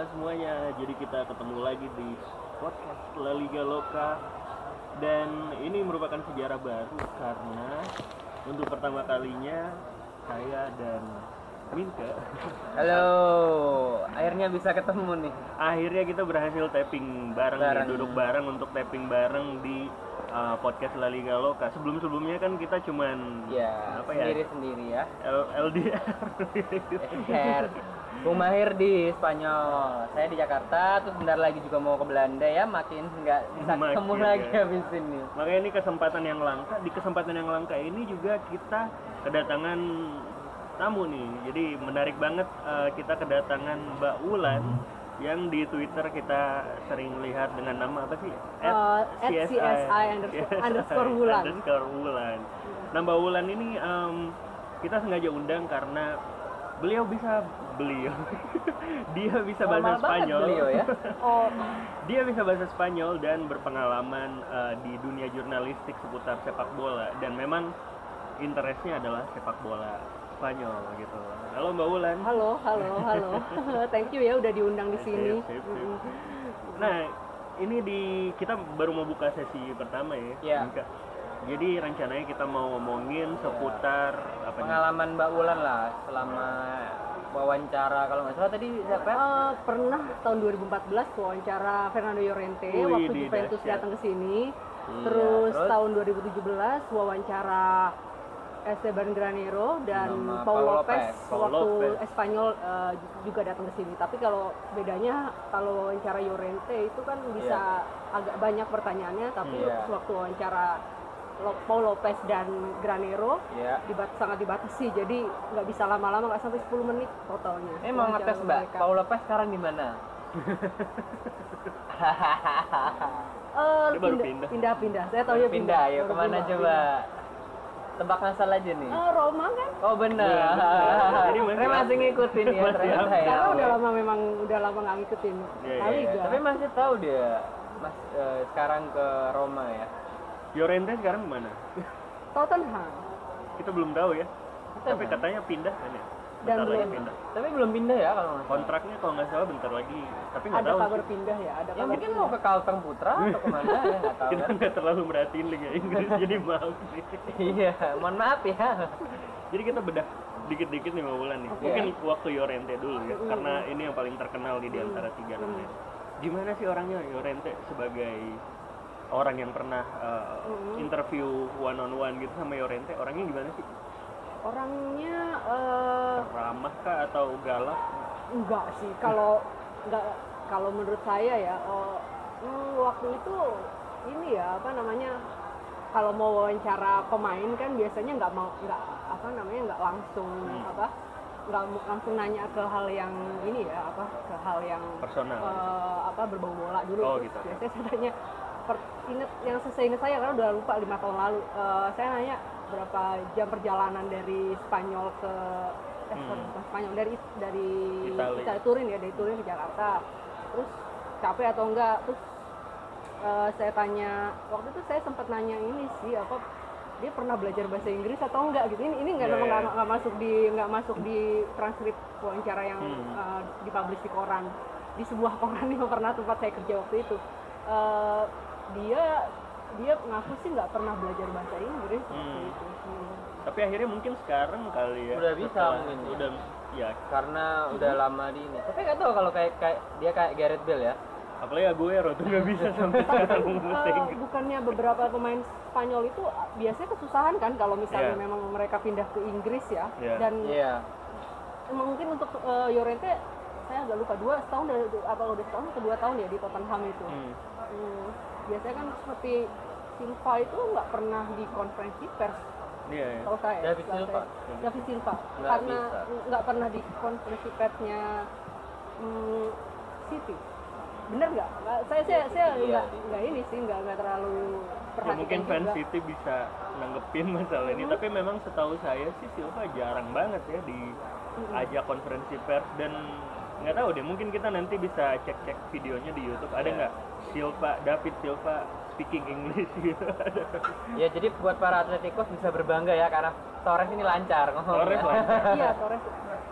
semuanya. Jadi kita ketemu lagi di podcast La Liga Loka. Dan ini merupakan sejarah baru karena untuk pertama kalinya saya dan Minka. Halo, akhirnya bisa ketemu nih. Akhirnya kita berhasil tapping bareng nih, duduk bareng untuk tapping bareng di podcast La Liga Loka. Sebelumnya kan kita cuman sendiri ya. LDR. Bung Mahir di Spanyol, saya di Jakarta, terus bentar lagi juga mau ke Belanda ya, makin nggak bisa ketemu lagi habis ini. Makanya ini kesempatan yang langka. Di kesempatan yang langka ini juga kita kedatangan tamu nih. Jadi menarik banget, kita kedatangan Mbak Wulan yang di Twitter kita sering lihat dengan nama apa sih? @CSI_Wulan. Nah, Mbak Wulan ini kita sengaja undang karena dia bisa bahasa Spanyol. Ya? Dia bisa bahasa Spanyol dan berpengalaman di dunia jurnalistik seputar sepak bola, dan memang interestnya adalah sepak bola Spanyol gitu. Halo Mbak Wulan. Halo. Thank you ya udah diundang di sini. Sip. Nah, ini kita baru mau buka sesi pertama ya. Yeah. Jadi rencananya kita mau ngomongin seputar pengalaman Mbak Wulan lah selama wawancara, kalau nggak salah tadi siapa? Pernah tahun 2014 wawancara Fernando Llorente waktu Juventus datang ke sini. Terus tahun 2017 wawancara Esteban Granero dan Paul Lopez waktu Espanyol juga datang ke sini. Tapi kalau bedanya kalau wawancara Llorente itu kan bisa agak banyak pertanyaannya, tapi waktu wawancara Paul Lopez dan Granero sangat dibatasi, jadi nggak bisa lama-lama, nggak sampai 10 menit totalnya. Mau ngetes Mbak, Paul Lopez sekarang di mana? Pindah. Saya tahu ya pindah. Yuk kemana coba? Tebak asal aja nih. Roma kan? Oh benar. Jadi masih ngikutin ya ternyata ya. Karena udah lama nggak ngikutin. Tapi masih tahu dia sekarang ke Roma ya. Llorente sekarang mana? Tottenham. Kita belum tahu ya. Tapi katanya pindah kan ya. Dan pindah. Tapi belum pindah ya kalau kontraknya kalau nggak salah bentar lagi. Tapi nggak tahu. Ada kabar pindah ya. Ada kabar mungkin mau ke Kalteng Putra atau kemana ya, nggak tahu. Kita nggak terlalu merhatiin Liga Inggris, jadi maaf nih. Iya, mohon maaf ya. Jadi kita bedah dikit-dikit nih Mbak Wulan nih. Mungkin waktu Llorente dulu ya, karena ini yang paling terkenal di antara tiga namanya. Gimana sih orangnya Llorente sebagai orang yang pernah interview one on one gitu sama Llorente? Orangnya gimana sih? Orangnya ramah kah atau galak? Enggak sih, kalau menurut saya ya waktu itu ini ya kalau mau wawancara pemain kan biasanya nggak langsung langsung nanya ke hal yang ini ya ke hal yang personal berbau bola dulu. Gitu. Biasanya saya tanya seingat saya karena udah lupa 5 tahun lalu, saya nanya berapa jam perjalanan dari Spanyol ke dari Turin ya, dari Turin ke Jakarta, terus capek atau enggak. Terus saya tanya, waktu itu saya sempat nanya ini sih dia pernah belajar bahasa Inggris atau enggak gitu. Ini nggak masuk di transkrip wawancara yang dipublish di koran, di sebuah koran yang pernah tempat saya kerja waktu itu. Dia ngaku sih nggak pernah belajar bahasa Inggris waktu itu. Tapi akhirnya mungkin sekarang kali ya udah bisa mungkin udah ya karena udah lama di ini. Tapi nggak tahu kalau kayak dia kayak Gareth Bale ya. Apalagi Aguero tuh nggak bisa sampai sekarang bahasa Inggris. Bukannya beberapa pemain Spanyol itu biasanya kesusahan kan kalau misalnya memang mereka pindah ke Inggris ya. Dan mungkin untuk Llorente saya agak lupa 2 tahun atau 2 tahun ya di Tottenham itu. Biasanya kan seperti Silva itu nggak pernah di konferensi pers. Tahu saya. David Silva. Karena nggak pernah di konferensi persnya City. Bener nggak? Saya nggak ini sih, nggak terlalu perhatikan. Mungkin fans City bisa nanggepin masalah ini. Tapi memang setahu saya sih Silva jarang banget ya diajak konferensi pers, dan nggak tahu deh, mungkin kita nanti bisa cek videonya di YouTube. Ada nggak David Silva speaking English gitu? Ya, jadi buat para Atleticos bisa berbangga ya karena Torres ini lancar. Torres lancar. Iya, Torres.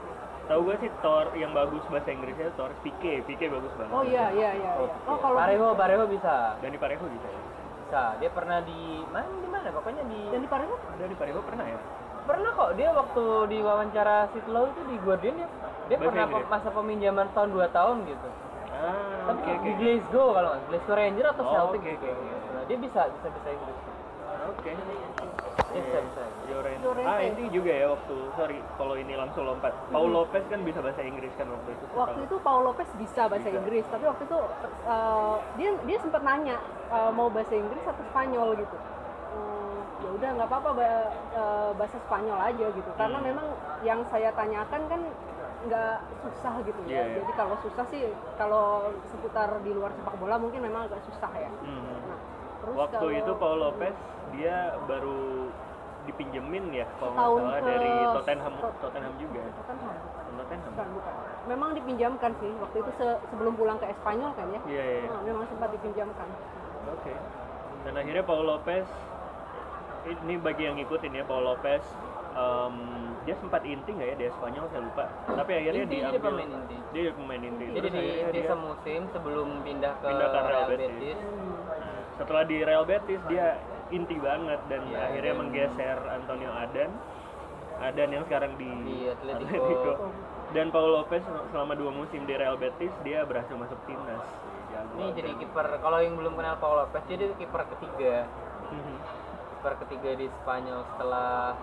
Tahu gue sih Tor yang bagus bahasa Inggrisnya Torres, Pique bagus banget. Oh iya. Oh kalau Parejo bisa. Dani Parejo bisa ya? Bisa. Dia pernah di mana? Pokoknya di Dani Parejo? Dani Parejo pernah ya? Pernah kok, dia waktu di wawancara Sitlow itu di Guardian dia Bahasa pernah Inggris? masa peminjaman tahun 2 tahun gitu. Tapi Oke. di Glasgow kalau nggak, Glasgow Ranger atau Oh, Celtic oke, gitu. oke. Nah, dia bisa Inggris. Oke. Bisa. Llorente. Llorente. Ini juga ya waktu, sorry kalau ini langsung lompat. Paul Lopez kan bisa bahasa Inggris kan waktu itu. Waktu itu Paul Lopez bisa bahasa Bisa. Inggris, tapi waktu itu dia sempat nanya mau bahasa Inggris atau Spanyol gitu. Ya udah nggak apa-apa bahasa Spanyol aja gitu, karena memang yang saya tanyakan kan nggak susah gitu ya. Iya. Jadi kalau susah sih kalau seputar di luar sepak bola mungkin memang agak susah ya. Nah, terus Waktu kalau itu Paul Lopez dia baru dipinjemin ya kalau nggak Tahun salah ke- dari Tottenham juga. Tottenham. Tottenham. Bukan. Memang dipinjamkan sih waktu itu sebelum pulang ke Espanyol kan ya. Iya. Nah, memang sempat dipinjamkan. Oke. Dan akhirnya Paul Lopez ini bagi yang ngikutin ya, Paul Lopez dia sempat inti nggak ya di Espanyol saya lupa. Tapi akhirnya Inti, dia diambil. pemain inti. Dia pemain inti. Jadi Terus di akhirnya inti dia semusim sebelum pindah ke Pindah ke Real Real Betis. Betis. setelah di Real Betis dia inti banget dan Iya, akhirnya dan- menggeser Antonio Adan yang sekarang di Atletico. Dan Paul Lopez selama 2 musim di Real Betis dia berhasil masuk timnas. Jago Ini banget. jadi kiper, kalau yang belum kenal Paul Lopez, jadi kiper ketiga. Mhm. Kiper ketiga di Spanyol setelah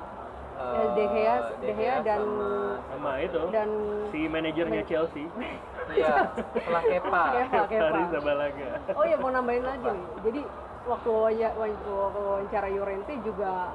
De Gea dan Sama itu dan si manajernya Chelsea. iya, setelah Kepa. Kepa. Arrizabalaga. Oh ya mau nambahin lagi nih. Jadi waktu wawancara Llorente juga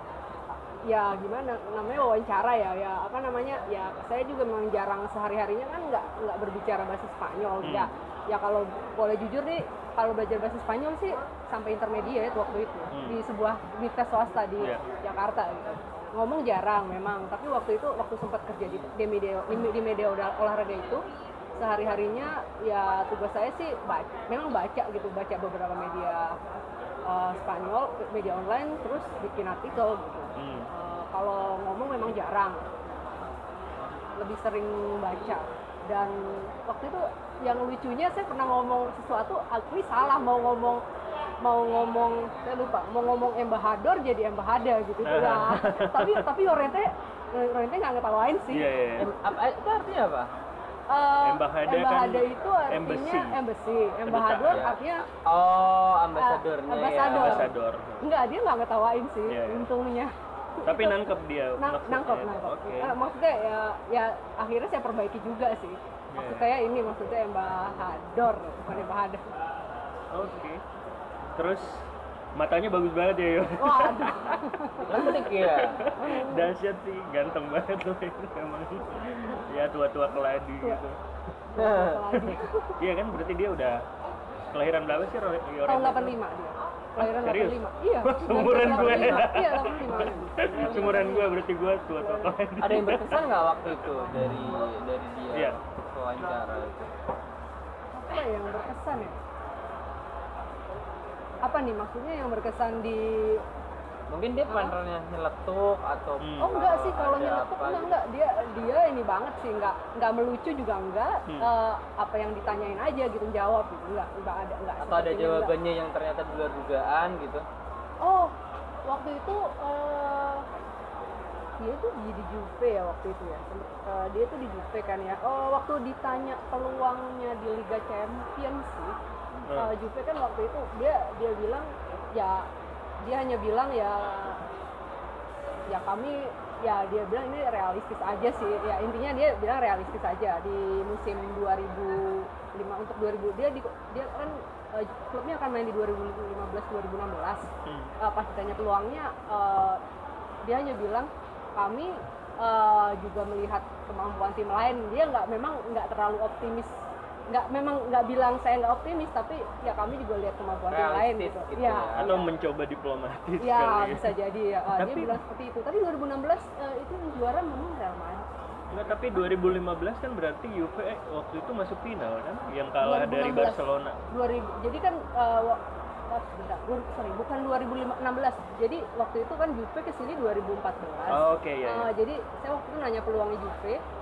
ya gimana namanya wawancara ya apa namanya ya saya juga memang jarang sehari-harinya kan nggak berbicara bahasa Spanyol ya kalau boleh jujur nih kalau belajar bahasa Spanyol sih sampai intermediate waktu itu di sebuah universitas swasta di Jakarta gitu. Ngomong jarang memang, tapi waktu sempat kerja di media olahraga itu sehari-harinya ya tugas saya sih memang baca beberapa media Spanyol, media online, terus bikin artikel gitu. Kalau ngomong memang jarang, lebih sering baca. Dan waktu itu yang lucunya saya pernah ngomong sesuatu, ini salah mau ngomong saya lupa mau ngomong embahador jadi embahada gitu. Nah, tapi Llorente nggak ngetawain sih. Iya. Itu artinya apa? Embahada kan itu artinya embassy. Embahador ya. artinya Ambasadornya. Ambasador. enggak, dia nggak ngetawain sih Iya, iya. untungnya. Tapi nangkep dia Nangkep. Oke. Maksudnya ya akhirnya saya perbaiki juga sih. Maksud saya ini maksudnya embahador bukan embahada. Oke. Terus matanya bagus banget ya, Yo. Waduh. Cantik ya. Dahsyat sih, ganteng banget loh itu emang. Ya tua-tua keladi gitu. Lagi. Iya kan berarti dia udah kelahiran berapa sih Llorente? Tahun 85 dia. Kelahiran Serius? 85. Iya. Seumuran gue. 85. Iya, 85. Seumuran gue berarti gue tua-tua keladi. Ada yang berkesan nggak waktu itu dari dia Iya. wawancara itu? Apa yang berkesan ya? Apa nih maksudnya yang berkesan di Mungkin dia perannya nyeletuk atau Oh enggak sih, kalau ada nyeletuk apa gitu. enggak, dia ini banget sih, enggak melucu juga enggak, apa yang ditanyain aja gitu jawab gitu, enggak ada Atau ada sepertinya jawabannya yang ternyata di luar dugaan gitu. Oh, waktu itu dia tuh di Juve ya waktu itu ya. Dia tuh di Juve kan ya. Oh, waktu ditanya peluangnya di Liga Champions sih. Juve kan waktu itu dia bilang ya dia hanya bilang ya kami ya dia bilang ini realistis aja sih. Ya intinya dia bilang realistis aja di musim 2005 untuk 2000 dia kan klubnya akan main di 2015-2016. Pas ditanya peluangnya dia hanya bilang kami juga melihat kemampuan tim lain. Dia memang nggak terlalu optimis, nggak bilang saya nggak optimis, tapi ya kami juga lihat kemampuan tim lain gitu. ya. Atau mencoba diplomatis Ya kali. bisa jadi ya. Dia bilang seperti itu. Tapi 2016 itu yang juara memang Real Madrid. Enggak, tapi 2015 kan berarti Juve waktu itu masuk final kan, yang kalah dari 2016. Barcelona. 2000. Jadi kan bukan 2016. Jadi waktu itu kan Juve kesini 2014. Oh, oke ya. Jadi saya waktu itu nanya peluangnya Juve.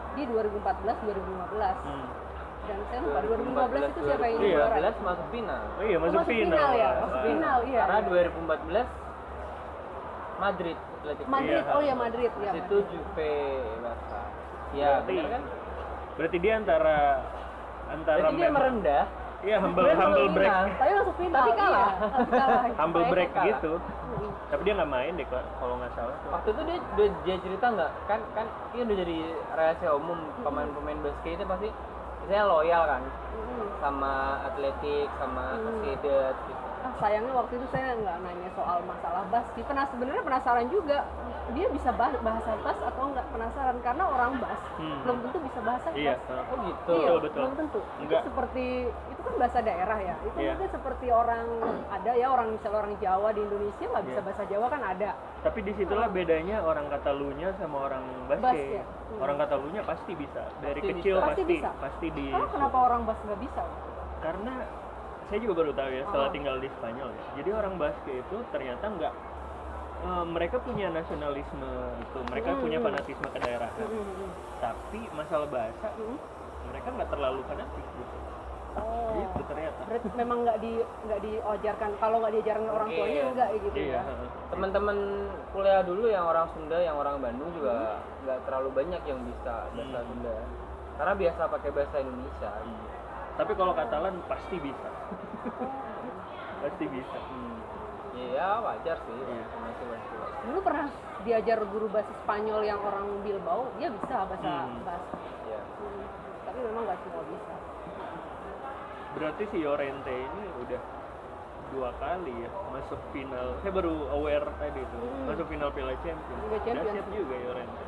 di 2014 2015. Dan saya lupa 2015 itu siapa yang Iya, juara? 2015 masuk final. Oh iya, masuk final. ya, masuk final iya. Karena 2014 Madrid, Atletico. Madrid, Iya. oh ya Madrid ya. Itu Juve Barca. Iya, Berarti- benar kan? Berarti dia antara Jadi dia merendah. Iya, humble Kemudian humble masuk break. final. Tapi masuk final. Tapi kalah. Iya, tapi kalah. Humble Kayaknya break kalah. gitu. Tapi dia nggak main deh kalau nggak salah. Waktu itu dia cerita nggak kan ini udah jadi rahasia umum pemain-pemain basket itu pasti biasanya loyal kan sama Atletik sama Sociedad gitu. Sayangnya waktu itu saya nggak nanya soal masalah bas sih. Sebenarnya penasaran juga dia bisa bahasa bas atau nggak, penasaran karena orang bas belum tentu bisa bahasa Iya. bas. Oh gitu. Iya, betul. belum tentu. Enggak. Itu seperti itu kan bahasa daerah ya. Itu Iya. mungkin seperti orang ada ya orang misalnya orang Jawa di Indonesia nggak bisa Iya. bahasa Jawa kan ada. Tapi disitulah bedanya orang Katalunya sama orang Bas, basket. ya. Orang Katalunya pasti bisa. Dari Pasti kecil bisa. Pasti bisa. pasti di. Karena kenapa orang bas nggak bisa? Karena saya juga baru tahu ya setelah Oh. tinggal di Spanyol ya. Jadi orang basket itu ternyata nggak mereka punya nasionalisme itu, mereka punya fanatisme kedaerahan. Tapi masalah bahasa mereka nggak terlalu fanatik gitu. Oh. Gitu ternyata. Berarti memang nggak diajarkan, kalau nggak diajarkan orang tuanya Iya. enggak gitu Iya. ya. Teman-teman kuliah dulu yang orang Sunda, yang orang Bandung juga nggak terlalu banyak yang bisa bahasa Sunda. Karena biasa pakai bahasa Indonesia. Tapi kalau Katalan pasti bisa. Pasti bisa. Iya, wajar sih. Iya. Masih. Dulu pernah diajar guru bahasa Spanyol yang orang Bilbao, dia bisa bahasa bahasa. Iya. Tapi memang nggak semua bisa. Berarti si Llorente ini udah 2 kali ya masuk final. Saya baru aware tadi tuh masuk final Piala Champions. Liga Champions. Dahsyat juga Llorente.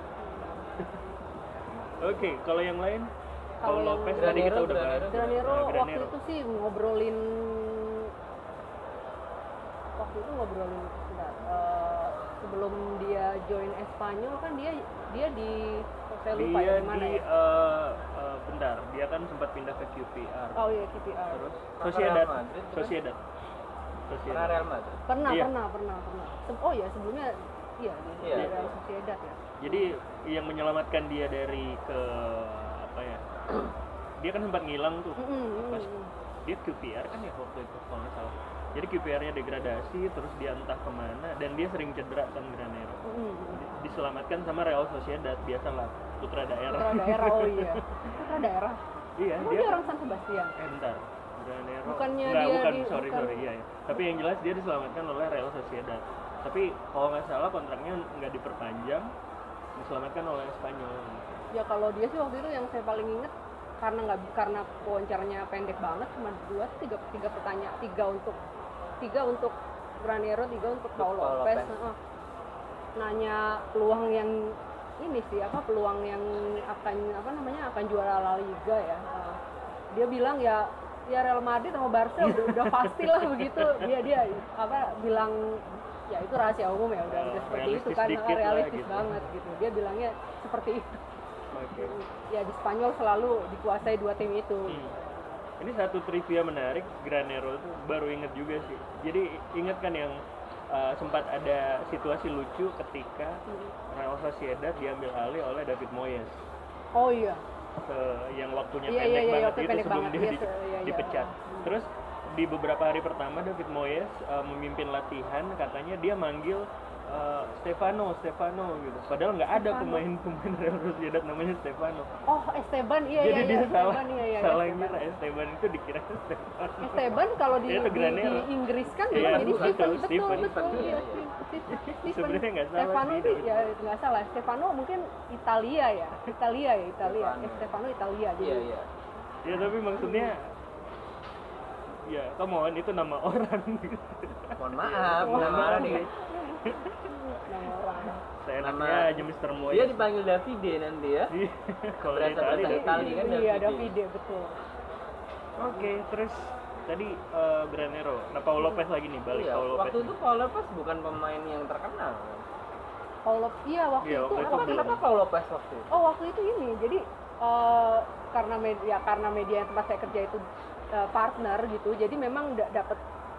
Oke, kalau yang lain, Kalau Paul yang Lopez tadi kita udah bahas. Granero Nah, waktu Granero. itu sih ngobrolin sebentar. Sebelum dia join Espanyol kan dia di saya lupa Dia ya di mana di ya. bentar, dia kan sempat pindah ke QPR. Oh iya KPR. Terus Real Sociedad. Madrid, kan? Sociedad. Karena Real Madrid. Pernah. Iya. Oh ya sebelumnya iya di Iya. Real Sociedad ya. Jadi yang menyelamatkan dia dari ke apa ya? Dia kan sempat ngilang tuh. Pas dia QPR kan ya waktu itu kalau nggak salah. Jadi QPR-nya degradasi, terus dia entah kemana, dan dia sering cedera kan Granero. Diselamatkan sama Real Sociedad, biasalah putra daerah. Putra daerah, oh iya. Putra daerah. Iya, Oh, dia orang San Sebastian. Bentar. Granero. Bukannya Enggak, dia bukan, di- sorry, bukan- iya. Tapi yang jelas dia diselamatkan oleh Real Sociedad. Tapi kalau nggak salah kontraknya nggak diperpanjang, diselamatkan oleh Spanyol. Ya kalau dia sih waktu itu yang saya paling inget karena wawancaranya pendek banget, cuma tiga pertanyaan, tiga untuk Granero, 3 untuk Paul Paul Lopez. Lopez. Nanya peluang yang ini sih peluang yang akan juara La Liga ya. Dia bilang ya Real Madrid sama Barca udah pasti lah begitu. Dia bilang ya itu rahasia umum ya udah seperti itu Realistis kan, dikit lah, realistis gitu. banget gitu. Dia bilangnya seperti itu. Oke. Ya di Spanyol selalu dikuasai 2 tim itu. Ini satu trivia menarik, Granero tuh baru inget juga sih. Jadi inget kan yang sempat ada situasi lucu ketika Real Sociedad diambil alih oleh David Moyes. Oh iya. Yang waktunya Iya, pendek iya, banget waktu itu pendek sebelum banget. dia Iya, iya. dipecat. Terus di beberapa hari pertama David Moyes memimpin latihan, katanya dia manggil Stefano gitu. Padahal nggak ada pemain Real Sociedad namanya Stefano. Oh Esteban iya. Jadi dia salah Esteban, iya, salah Esteban. ngira Esteban itu dikira Stefano. Esteban kalau di Itu Granero. Inggris kan Iya, memang jadi betul, Stephen, Stephen. betul Iya, iya. iya. Stephen. Sebenarnya nggak salah Stefano sih, itu tapi- ya nggak salah. Stefano mungkin Italia ya. Italia. Stefano. Stefano Italia jadi. Iya, iya. Ya tapi maksudnya ya come on, itu nama orang. Mohon maaf, nama nih. Nama orang. Seenaknya Nama- aja Mr. Moyes. Dia dipanggil Davide nanti ya. Iya. Kalau di Berasa Itali bahasa Davide. Itali kan Iya Davide. Davide betul. Oke, terus tadi Granero. Nah, Paul Lopez lagi nih, balik Iya, Paul Lopez. waktu itu Paul Lopez bukan pemain yang terkenal. Iya waktu Iya, itu waktu itu apa belum. Kenapa Paul Lopez waktu itu? Oh waktu itu ini jadi karena media yang tempat saya kerja itu partner gitu jadi memang dapat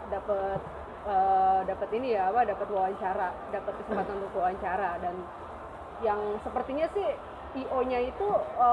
ini ya dapat wawancara, dapat kesempatan untuk wawancara dan yang sepertinya sih IO-nya itu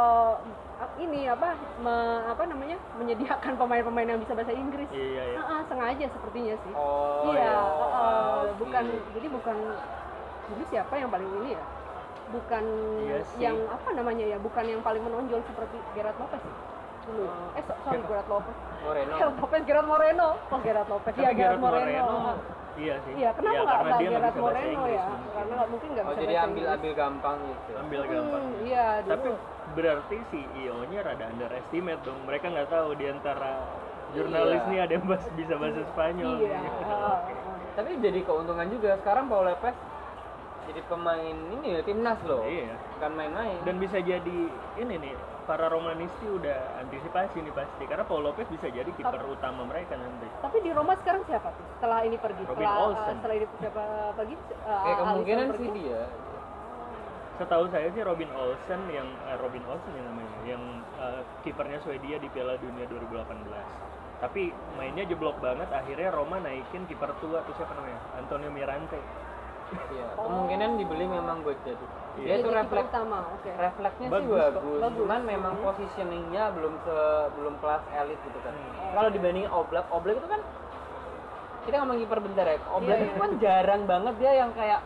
ini apa namanya menyediakan pemain-pemain yang bisa bahasa Inggris. Iya. Sengaja sepertinya sih. Oh iya, ya. bukan jadi bukan jadi siapa yang paling ini ya? Bukan Iya sih. yang apa namanya ya? Bukan yang paling menonjol seperti Gerard Lopez dulu. Sorry Gerard Lopez. Moreno. Gerard Moreno. Oh Gerard Lopez. Tapi Iya Gerard Moreno. Iya sih. Iya, kenapa Ya, nggak karena dia nggak Gerard bisa bahasa Moreno Inggris ya? mungkin. Karena mungkin nggak Oh bisa jadi bahasa ambil gampang gitu. Ambil gampang. Iya, dulu. Tapi berarti si IO-nya rada underestimate dong. Mereka nggak tahu di antara jurnalis Iya. nih ada yang bisa bahasa Spanyol. Iya. Gitu. Tapi jadi keuntungan juga. Sekarang Paul Lopez jadi pemain ini ya timnas loh. Iya. Bukan main-main. Dan bisa jadi ini nih, para Romanisti udah antisipasi nih pasti. Karena Paul Lopez bisa jadi kiper utama mereka nanti. Tapi di Roma sekarang siapa tuh? Setelah ini pergi, Robin Olsen. setelah ini siapa pergi? Kayak kemungkinan Alisson sih pergi. dia. Setahu saya sih Robin Olsen yang namanya, yang kipernya Swedia di Piala Dunia 2018. Tapi mainnya jeblok banget, akhirnya Roma naikin kiper tua tuh siapa namanya? Antonio Mirante. Iya. Kemungkinan dibeli memang buat jadi. Iya. Dia tuh Jadi kiper refleks utama, oke. refleksnya sih Bagus kok. bagus. Cuman memang positioningnya belum kelas elit gitu kan. Kalau dibandingin Oblak itu kan kita ngomong kiper bentar ya. Oblak Iya, itu iya. kan jarang banget dia yang kayak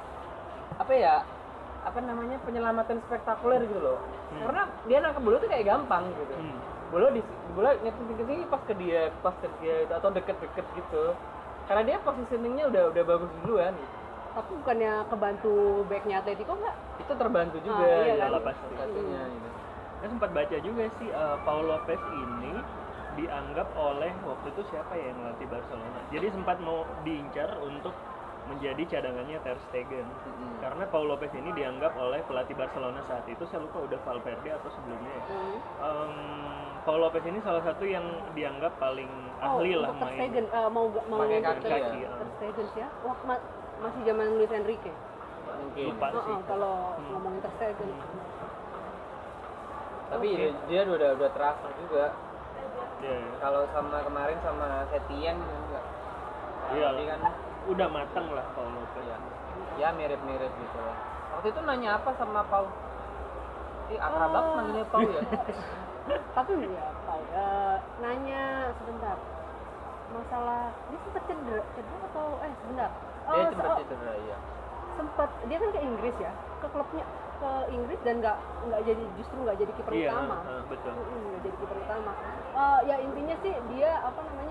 apa namanya penyelamatan spektakuler gitu loh. Karena dia nangkep bola tuh kayak gampang gitu. Bola nyetir ke sini pas ke dia itu, atau deket-deket gitu. Karena dia positioningnya udah bagus duluan gitu. Tapi bukannya kebantu backnya Atletico nggak? Itu terbantu juga iya ya, kan? Pasti. satunya gitu. Saya sempat baca juga sih Paul Lopez ini dianggap oleh waktu itu siapa ya yang ngelatih Barcelona. Jadi sempat mau diincar untuk menjadi cadangannya Ter Stegen. Karena Paul Lopez ini dianggap oleh pelatih Barcelona saat itu, saya lupa udah Valverde atau sebelumnya ya. Paul Lopez ini salah satu yang dianggap paling ahli lah untuk Ter main. Stegen, mau Pakai untuk kaki ya. Ter Stegen ya. Wah, masih zaman Luis Enrique. Mungkin. Lupa sih. Kalau ngomongin Ter Stegen. Tapi Oke. dia udah terasa juga. Iya. Kalau sama kemarin sama Setien enggak. Iya. Jadi kan Udah matang lah Paul Lopez. ya mirip-mirip gitu lah. Waktu itu nanya apa sama Paul? Akrab banget manggilnya Paul ya. Tapi ya, Paul, nanya sebentar. Masalah dia sempat cedera atau sebentar. Dia sempat cedera ya. Sempat dia kan ke Inggris ya, ke klubnya ke Inggris dan justru nggak jadi kiper Iya, utama. betul. Nggak jadi kiper utama. Ya intinya sih dia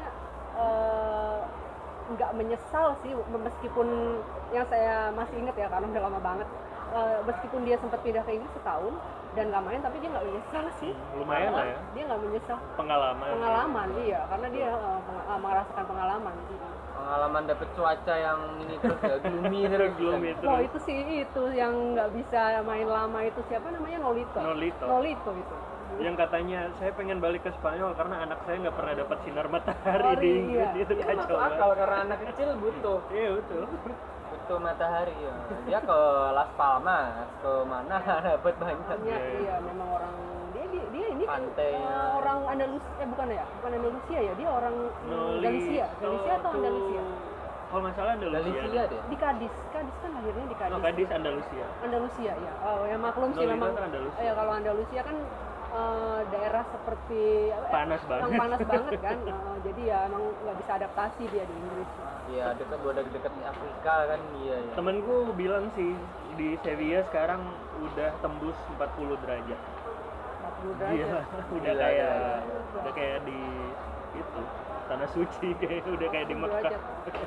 nggak menyesal sih, meskipun yang saya masih ingat ya karena udah lama banget. Meskipun dia sempat pindah ke Inggris setahun dan nggak main, tapi dia nggak menyesal sih. Lumayan lah ya. Dia nggak menyesal. Pengalaman. Iya, karena dia merasakan pengalaman. Pengalaman dapet cuaca yang ini terus ya gloomy terus. Gloomy Wah terus. itu yang nggak bisa main lama itu siapa namanya Nolito itu. Yang katanya saya pengen balik ke Spanyol karena anak saya nggak pernah dapat sinar matahari Oh, di iya. Inggris. Itu Itu kacau masuk akal banget. karena anak kecil butuh Betul. matahari ya. Dia ke Las Palmas, ke mana dapat banyak. Iya memang orang dia ini kan Pantainya. orang Andalusia bukan Andalusia ya, dia orang Galicia atau Andalusia. Kalau nggak salah Andalusia. Galicia deh. Di Cadiz kan lahirnya di Cadiz. Oh, Cadiz Andalusia. Andalusia ya. Oh ya maklum sih Nolito memang. itu Andalusia. Ya kalau Andalusia kan daerah seperti Panas banget. yang panas banget kan. Jadi ya emang nggak bisa adaptasi dia di Inggris. Iya, dekat di Afrika kan iya ya. Temenku bilang sih di Sevilla sekarang udah tembus 40 derajat. 40 derajat. Iya, udah Gila, kayak gila. udah kayak di itu tanah suci kayak udah kayak di Mekah. Derajat.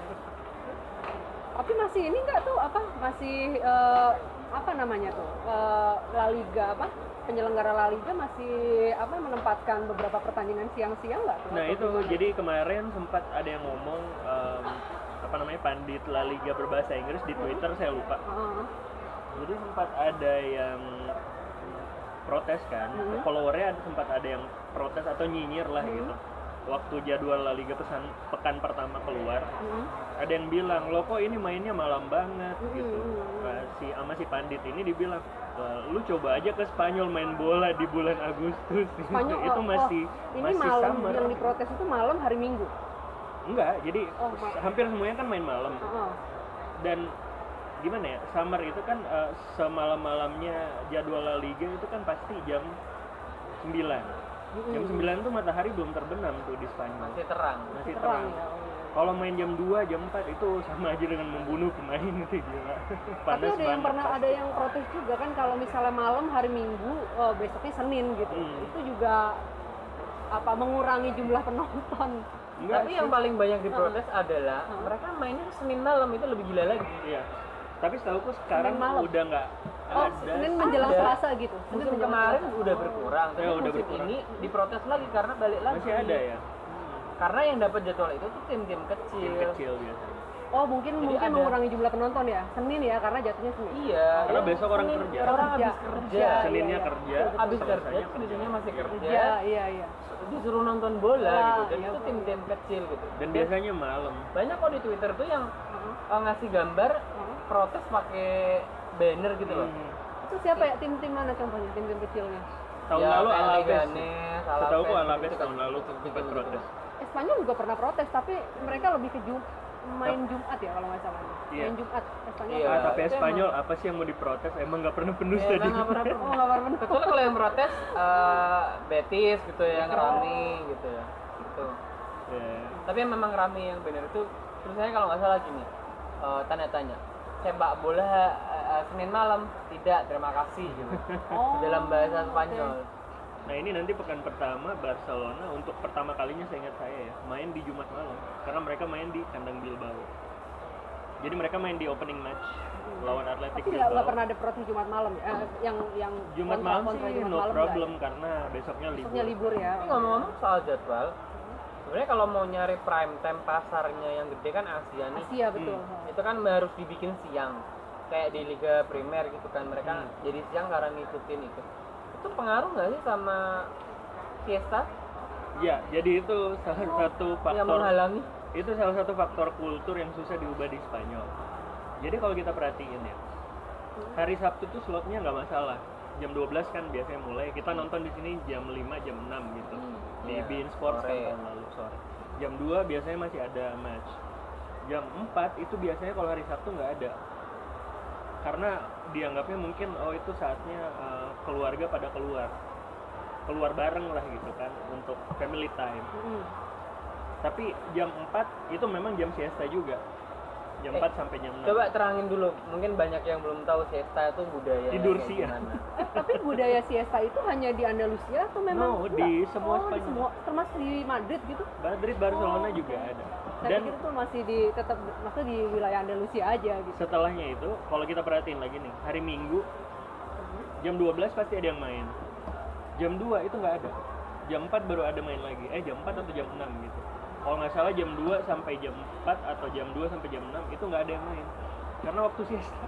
Tapi masih ini nggak tuh masih apa namanya tuh La Liga penyelenggara La Liga masih menempatkan beberapa pertandingan siang-siang nggak tuh? Nah Atau itu gimana? jadi kemarin sempat ada yang ngomong pandit La Liga berbahasa Inggris di Twitter, saya lupa. Jadi sempat ada yang protes kan, followernya sempat ada yang protes atau nyinyir lah gitu. Waktu jadwal La Liga pekan pertama keluar, ada yang bilang, "Lo kok ini mainnya malam banget?" gitu. Nah, si pandit ini dibilang, "Lu coba aja ke Spanyol main bola di bulan Agustus." Spanyol, itu masih ini malam summer. yang diprotes itu malam hari Minggu. Enggak, jadi hampir semuanya kan main malam. Dan gimana ya, summer itu kan semalam-malamnya jadwal La Liga itu kan pasti jam 9. Jam 9 tuh matahari belum terbenam tuh di Spanyol. Masih terang. Masih terang. Ya. Kalau main jam 2, jam 4 itu sama aja dengan membunuh pemain itu gila. Tapi ada yang protes juga kan kalau misalnya malam hari Minggu, besoknya Senin gitu. Itu juga mengurangi jumlah penonton. Tapi yang paling banyak diprotes adalah mereka mainnya Senin malam, itu lebih gila lagi. Iya. Tapi setahuku sekarang udah nggak ada. Senin menjelang Selasa gitu. Musim kemarin udah berkurang, tapi musim ini diprotes lagi karena balik lagi. Masih ada ya? Karena yang dapat jadwal itu tuh tim-tim kecil. Tim kecil biasanya. Oh mungkin mengurangi jumlah penonton ya, Senin ya, karena jatuhnya Senin. Iya. Karena besok orang kerja. Orang habis kerja. Seninnya kerja. Habis kerja, Seninnya masih kerja. Iya. Disuruh nonton bola gitu. Dan itu tim-tim kecil gitu. Dan biasanya malam. Banyak kok di Twitter tuh yang ngasih gambar protes pakai banner gitu loh. Itu siapa ya, tim-tim mana contohnya, tim-tim kecilnya? Tahun lalu Alaves. Setahuku Alaves tahun lalu sempat protes. Spanyol juga pernah protes, tapi mereka lebih ke main Jumat ya kalau nggak salah. Iya. Main Jumat Spanyol. Iya. Tapi Spanyol apa sih yang mau diprotes? Emang nggak pernah penuh Iya, stadion. nggak pernah penuh. Kecuali kalau yang protes Betis gitu ya, yang rame gitu ya. Gitu. Yeah. Tapi yang memang rame yang benar itu tulisannya kalau nggak salah gini, tanya-tanya sepak bola Senin malam, tidak, terima kasih gitu. Dalam bahasa Spanyol. Nah ini nanti pekan pertama Barcelona untuk pertama kalinya seingat saya ya main di Jumat malam karena mereka main di kandang Bilbao. Jadi mereka main di opening match lawan Athletic Bilbao. Tapi nggak pernah ada protes Jumat malam ya? Yang Jumat malam sih no problem karena besoknya libur. Besoknya libur ya. Tapi ngomong-ngomong soal jadwal, sebenarnya kalau mau nyari prime time pasarnya yang gede kan Asia nih. Asia betul. Itu kan harus dibikin siang, kayak di Liga Primer gitu kan, mereka jadi siang karena ngikutin itu. Itu pengaruh nggak sih sama siesta? Ya, jadi itu salah satu faktor yang menghalangi. Itu salah satu faktor kultur yang susah diubah di Spanyol. Jadi kalau kita perhatiin ya, hari Sabtu tuh slotnya nggak masalah. Jam 12 kan biasanya mulai. Kita nonton di sini jam 5, jam 6 gitu. Di beIN Sports kan tahun lalu sore. Jam 2 biasanya masih ada match. Jam 4 itu biasanya kalau hari Sabtu nggak ada. Karena dianggapnya mungkin itu saatnya keluarga pada keluar bareng lah gitu kan untuk family time. Tapi jam 4 itu memang jam siesta juga. Jam 4 sampai jam 6. Coba terangin dulu, mungkin banyak yang belum tahu siesta itu budaya tidur siang. Tapi budaya siesta itu hanya di Andalusia atau memang di semua Spanyol. Termasuk di Madrid gitu? Madrid, Barcelona juga ada. Dan itu tuh masih tetap di wilayah Andalusia aja gitu. Setelahnya itu kalau kita perhatiin lagi nih, hari Minggu jam 12 pasti ada yang main. Jam 2 itu nggak ada. Jam 4 baru ada main lagi. Jam 4 atau jam 6 gitu. Kalau nggak salah jam 2 sampai jam 4 atau jam 2 sampai jam 6 itu nggak ada yang main. Karena waktu siesta.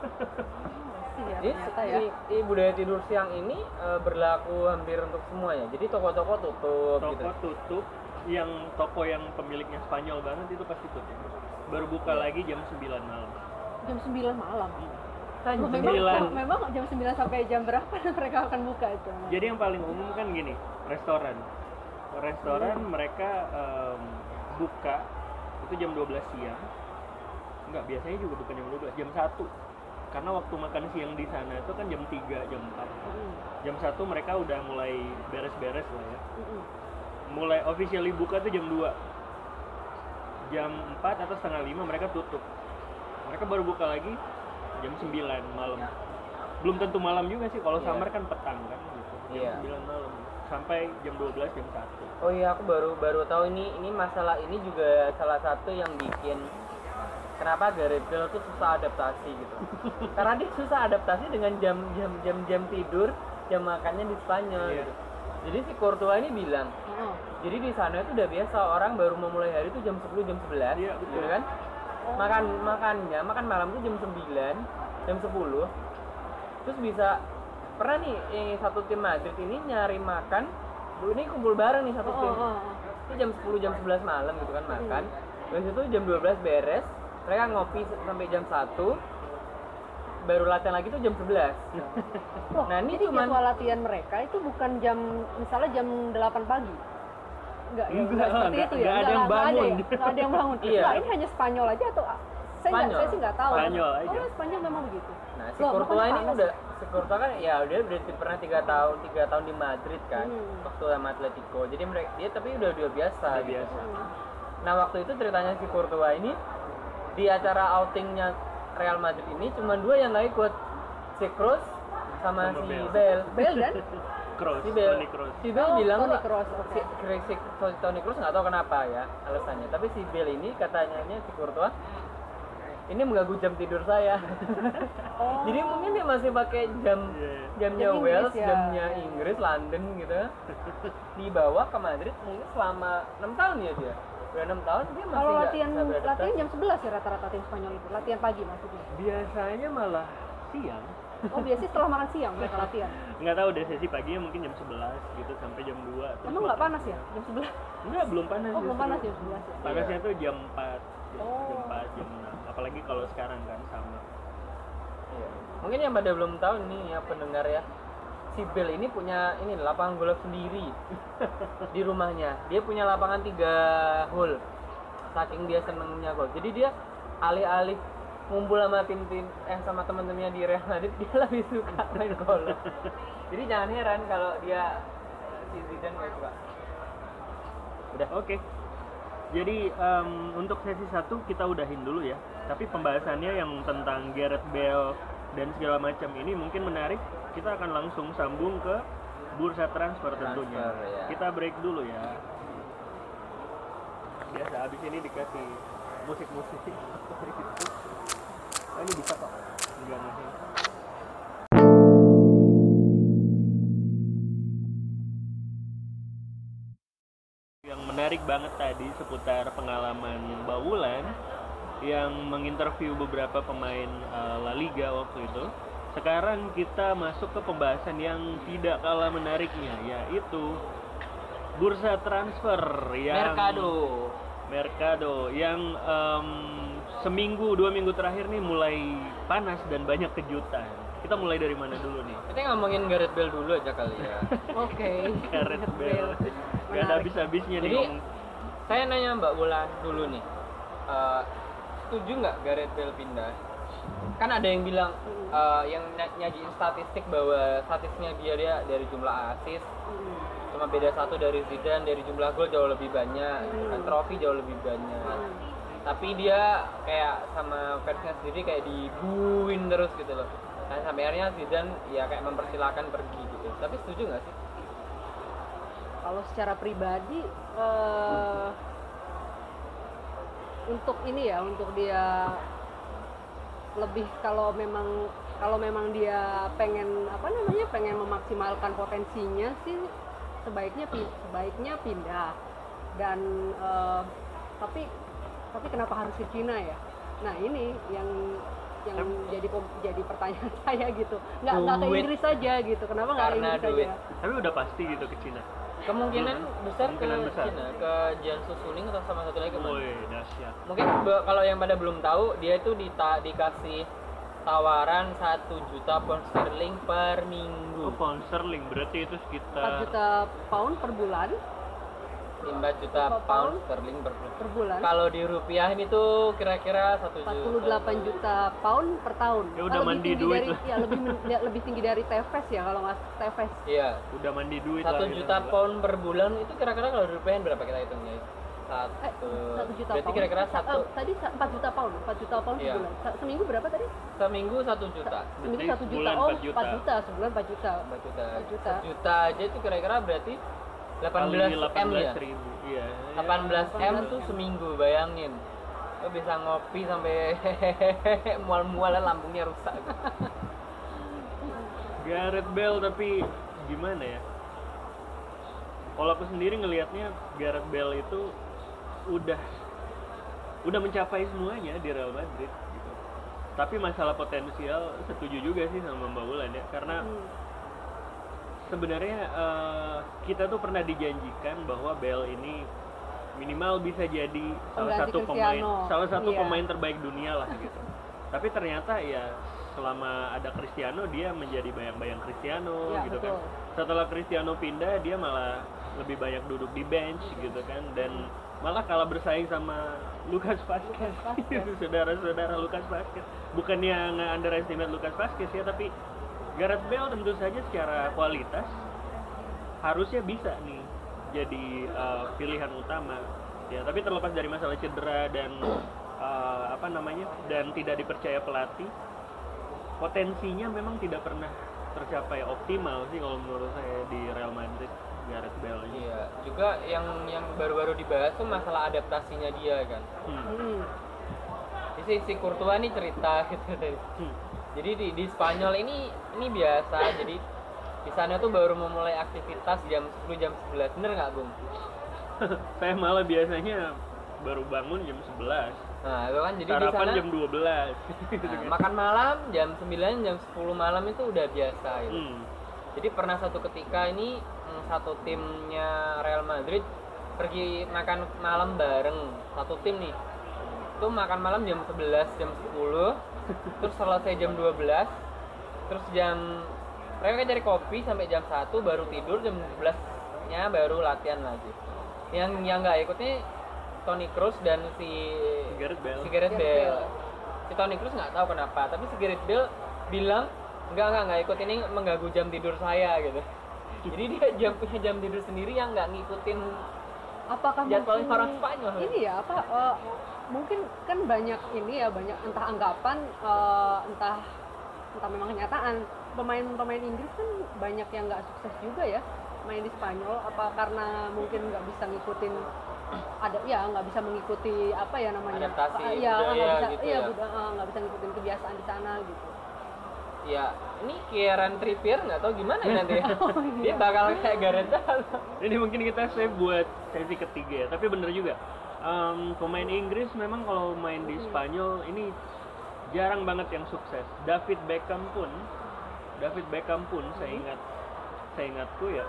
Jadi budaya tidur siang ini berlaku hampir untuk semuanya. Jadi toko-toko tutup. Toko tutup. Yang toko yang pemiliknya Spanyol banget itu pasti tutup. Baru buka lagi jam 9 malam. Jam 9 malam? Memang jam 9 sampai jam berapa mereka akan buka itu? Jadi yang paling umum kan gini, restoran mereka buka itu jam 12 siang. Enggak, biasanya juga bukan jam 12, jam 1. Karena waktu makan siang di sana itu kan jam 3, jam 4. Jam 1 mereka udah mulai beres-beres lah ya. Mulai officially buka tuh jam 2. Jam 4 atau setengah 5 mereka tutup. Mereka baru buka lagi jam 9 malam. Belum tentu malam juga sih, kalau summer kan petang kan gitu. Jam 9 malam sampai jam 12, jam 1. Oh iya, aku baru tahu ini masalah ini juga salah satu yang bikin kenapa Gareth Bale tuh susah adaptasi gitu. Karena dia susah adaptasi dengan jam tidur, jam makannya di Spanyol gitu. Jadi si Courtois ini bilang, jadi di sana itu udah biasa orang baru memulai hari itu jam 10, jam 11, gitu kan? Makan malam itu jam 9, jam 10. Terus bisa pernah nih satu tim Madrid ini nyari makan, ini kumpul bareng nih satu tim. Itu jam 10, jam 11 malam gitu kan makan. Terus itu jam 12 beres, mereka ngopi sampai jam 1. Baru latihan lagi tuh jam 11. Nah, ini cuma latihan mereka itu bukan misalnya jam 8 pagi. Enggak seperti itu ya. Enggak ada yang bangun. Enggak ada yang bangun. Iya. Nah, ini hanya Spanyol aja atau saya sih nggak tahu. Spanyol aja. Oh, Spanyol memang begitu. Nah, si Loh, Courtois makanya ini panas. udah si Courtois kan ya dia udah pernah 3 tahun di Madrid kan, waktu sama Atletico. Jadi dia tapi udah biasa Udah gitu. biasa. Nah, waktu itu ceritanya si Courtois ini di acara outingnya Real Madrid ini cuma 2 yang nggak ikut, si Kroos sama si Bale. Bale dan Kroos, Si Bale, Toni Kroos. si Bale bilang Toni Kroos, oke. si Toni Kroos nggak tahu kenapa ya alasannya. Tapi si Bale ini katanya si Courtois ini mengganggu jam tidur saya. Jadi mungkin dia masih pakai jamnya Jam Wales, Inggris ya. jamnya Inggris, London gitu. Dibawa ke Madrid mungkin selama 6 tahun ya dia. Udah 6 tahun dia masih kalau nggak latihan bisa beradaptasi. jam 11 ya rata-rata tim Spanyol itu. Latihan pagi maksudnya. Biasanya malah siang. Oh, biasanya setelah makan siang mereka latihan. Nggak tahu deh, sesi paginya mungkin jam 11 gitu sampai jam 2. Emang nggak panas ya jam 11? Enggak, belum panas. Oh, belum justru. panas jam 11 ya. Panasnya tuh jam 4. Oh. Jam 4, jam 6. Apalagi kalau sekarang kan sama. Iya. Mungkin yang pada belum tahu nih ya pendengar ya, si Bale ini punya ini lapangan golf sendiri di rumahnya. Dia punya lapangan 3 hole. Saking dia senengnya golf. Jadi dia alih-alih ngumpul sama sama teman-temannya di Real Madrid, dia lebih suka main golf. Jadi jangan heran kalau dia si Zidane nggak suka. Udah. Oke. Jadi untuk sesi 1 kita udahin dulu ya. Tapi pembahasannya yang tentang Gareth Bale dan segala macam ini mungkin menarik. Kita akan langsung sambung ke bursa transfer tentunya. ya. Kita break dulu ya. Biasa abis ini dikasih musik-musik. Oh, ini bisa kok. Enggak masih. Yang menarik banget tadi seputar pengalaman Mbak Wulan yang menginterview beberapa pemain La Liga waktu itu. Sekarang kita masuk ke pembahasan yang tidak kalah menariknya, yaitu bursa transfer yang Mercado yang seminggu 2 minggu terakhir nih mulai panas dan banyak kejutan. Kita mulai dari mana dulu nih? Kita ngomongin Gareth Bale dulu aja kali ya. Oke. Gareth Bale. Gak ada habis-habisnya nih Jadi ngomong. saya nanya Mbak Wulan dulu nih, setuju nggak Gareth Bale pindah? Kan ada yang bilang yang nyajiin statistik bahwa statistiknya dia dari jumlah assist cuma beda 1 dari Zidane, dari jumlah gol jauh lebih banyak, kan trofi jauh lebih banyak. Tapi dia kayak sama fansnya sendiri kayak dibuin terus gitu loh. Nah, sampai akhirnya Zidane ya kayak mempersilahkan pergi gitu. Tapi setuju nggak sih? Kalau secara pribadi untuk ini ya, untuk dia lebih kalau memang dia pengen pengen memaksimalkan potensinya sih sebaiknya pindah. Dan tapi kenapa harus ke Cina ya? Nah, ini yang jadi pertanyaan saya gitu. Nggak ke Inggris saja gitu. Kenapa nggak ke Inggris saja? Tapi udah pasti gitu ke Cina. Kemungkinan besar Kemungkinan ke besar. Cina, ke Jiangsu Suning atau sama satu lagi kemana? Woi, dahsyat. Mungkin kalau yang pada belum tahu, dia itu dikasih tawaran 1 juta pound sterling per minggu. Oh, pound sterling berarti itu 4 sekitar juta pound per bulan. 5 juta pound sterling per bulan. bulan. Kalau dirupiahin itu kira-kira 1 juta. 48 juta pound per tahun. Ya udah Lebih mandi tinggi duit dari, lah. ya lebih tinggi dari Tevez ya kalau nggak Tevez. Iya. udah mandi duit 1 lah. juta gitu. pound per bulan itu kira-kira kalau dirupiahin berapa kita hitungnya? 1 juta berarti pound. kira-kira Tadi 4 juta pound, 4 juta pound Iya. sebulan. Seminggu berapa tadi? seminggu 1 juta. Seminggu Berarti 1 juta. sebulan Oh, 4 juta. 4 juta, sebulan 4 juta. 4 juta. 4 juta. 1 juta aja itu kira-kira berarti 18 Kali M ya. 18.000. Iya. 18 M 18 tuh M. seminggu, bayangin. Lo bisa ngopi sampai mual-mualan lambungnya rusak. Gareth Bale tapi gimana ya? Kalau aku sendiri ngelihatnya Gareth Bale itu udah mencapai semuanya di Real Madrid gitu. Tapi masalah potensial setuju juga sih sama Mbak Wulan ya, karena sebenarnya kita tuh pernah dijanjikan bahwa Bale ini minimal bisa jadi salah Pengganti satu Cristiano. pemain terbaik dunia lah gitu. Tapi ternyata ya selama ada Cristiano dia menjadi bayang-bayang Cristiano Iya, gitu betul. kan. Setelah Cristiano pindah dia malah lebih banyak duduk di bench gitu kan, dan malah kalah bersaing sama Lucas Vazquez. Saudara-saudara Lucas Vazquez. Bukannya nge-underestimate Lucas Vazquez ya, tapi Gareth Bale tentu saja secara kualitas harusnya bisa nih jadi pilihan utama. Ya, tapi terlepas dari masalah cedera dan dan tidak dipercaya pelatih, potensinya memang tidak pernah tercapai optimal sih kalau menurut saya di Real Madrid. Gareth Bale ini. Iya, juga yang baru-baru dibahas tuh masalah adaptasinya dia kan. Si Courtois nih cerita gitu tadi. Jadi di Spanyol ini biasa. Jadi di sana tuh baru memulai aktivitas jam 10 jam 11. Bener nggak, Bung? Saya malah biasanya baru bangun jam 11. Nah, itu kan jadi sarapan di sana jam 12. Nah, makan malam jam 9 jam 10 malam itu udah biasa gitu. Jadi pernah satu ketika ini satu timnya Real Madrid pergi makan malam bareng, satu tim nih. Itu makan malam jam 11, jam 10, terus selesai jam 12, terus mereka cari kopi sampai jam 1 baru tidur, jam 11-nya baru latihan lagi. Yang nggak ikutnya Toni Kroos dan si Gareth Bale. Si Toni Kroos nggak tahu kenapa, tapi si Gareth Bale bilang nggak ikut, ini mengganggu jam tidur saya gitu. Jadi dia punya jam tidur sendiri yang nggak ngikutin apakah jadwal orang Spanyol. Ini ya mungkin kan banyak entah anggapan entah memang kenyataan. Pemain Inggris kan banyak yang nggak sukses juga ya main di Spanyol. Apa karena mungkin nggak bisa ngikutin nggak bisa mengikuti adaptasi nggak bisa ngikutin kebiasaan di sana gitu. Ya, ini Kieran Trippier nggak tahu gimana ya nanti. Dia bakal kayak Gareth Bale. Ini mungkin kita save buat sesi ketiga ya. Tapi bener juga, pemain Inggris memang kalau main di Spanyol ini jarang banget yang sukses. David Beckham pun saya ingatku ya.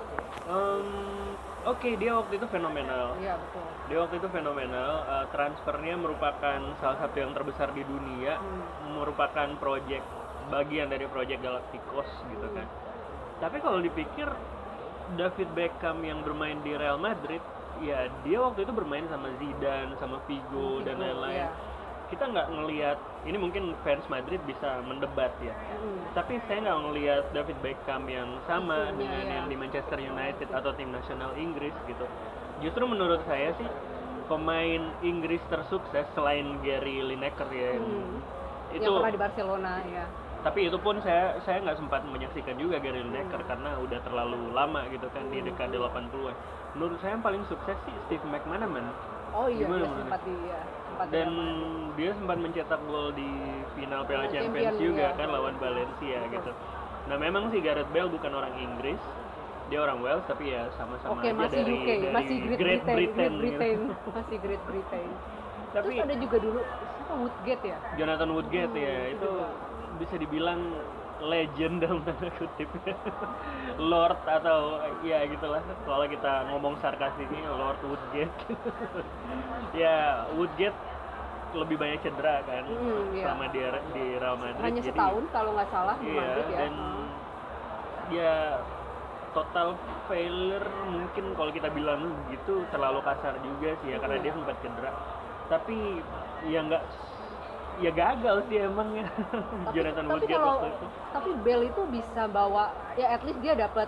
Oke, dia waktu itu fenomenal. Iya, betul. Dia waktu itu fenomenal. Transfernya merupakan salah satu yang terbesar di dunia. Merupakan bagian dari proyek Galacticos gitu kan. Tapi kalau dipikir David Beckham yang bermain di Real Madrid, ya dia waktu itu bermain sama Zidane, sama Figo dan lain-lain. Kita nggak ngelihat, ini mungkin fans Madrid bisa mendebat ya. Tapi saya nggak ngelihat David Beckham yang sama dengan yang di Manchester United atau tim nasional Inggris gitu. Justru menurut saya sih pemain Inggris tersukses selain Gary Lineker ya. Itu yang pernah di Barcelona ya. Tapi itu pun saya nggak sempat menyaksikan juga Gary Lineker karena udah terlalu lama gitu kan, di dekade 80-an. Menurut saya yang paling sukses sih Steve McManaman. Oh iya, dia sempat dan dia sempat mencetak gol di final Piala Champions juga kan lawan Valencia gitu. Nah memang sih Gareth Bale bukan orang Inggris, dia orang Wales, tapi ya sama-sama aja masih dari UK, masih Great Britain gitu. Masih Great Britain. Tapi terus ada juga dulu siapa, Woodgate ya? Jonathan Woodgate ya, itu bisa dibilang legend dalam tanda kutip. Lord atau ya gitulah kalau kita ngomong sarkastiknya, Lord Woodgate. Ya Woodgate lebih banyak cedera kan selama dia di Real Madrid. Hanya setahun kalau nggak salah di Madrid ya. Dan ya total failure mungkin kalau kita bilang gitu terlalu kasar juga sih ya, karena dia sempat cedera. Tapi ya gagal sih emang ya. Jonathan Woodgate waktu itu. Tapi Bale itu bisa bawa ya, at least dia dapat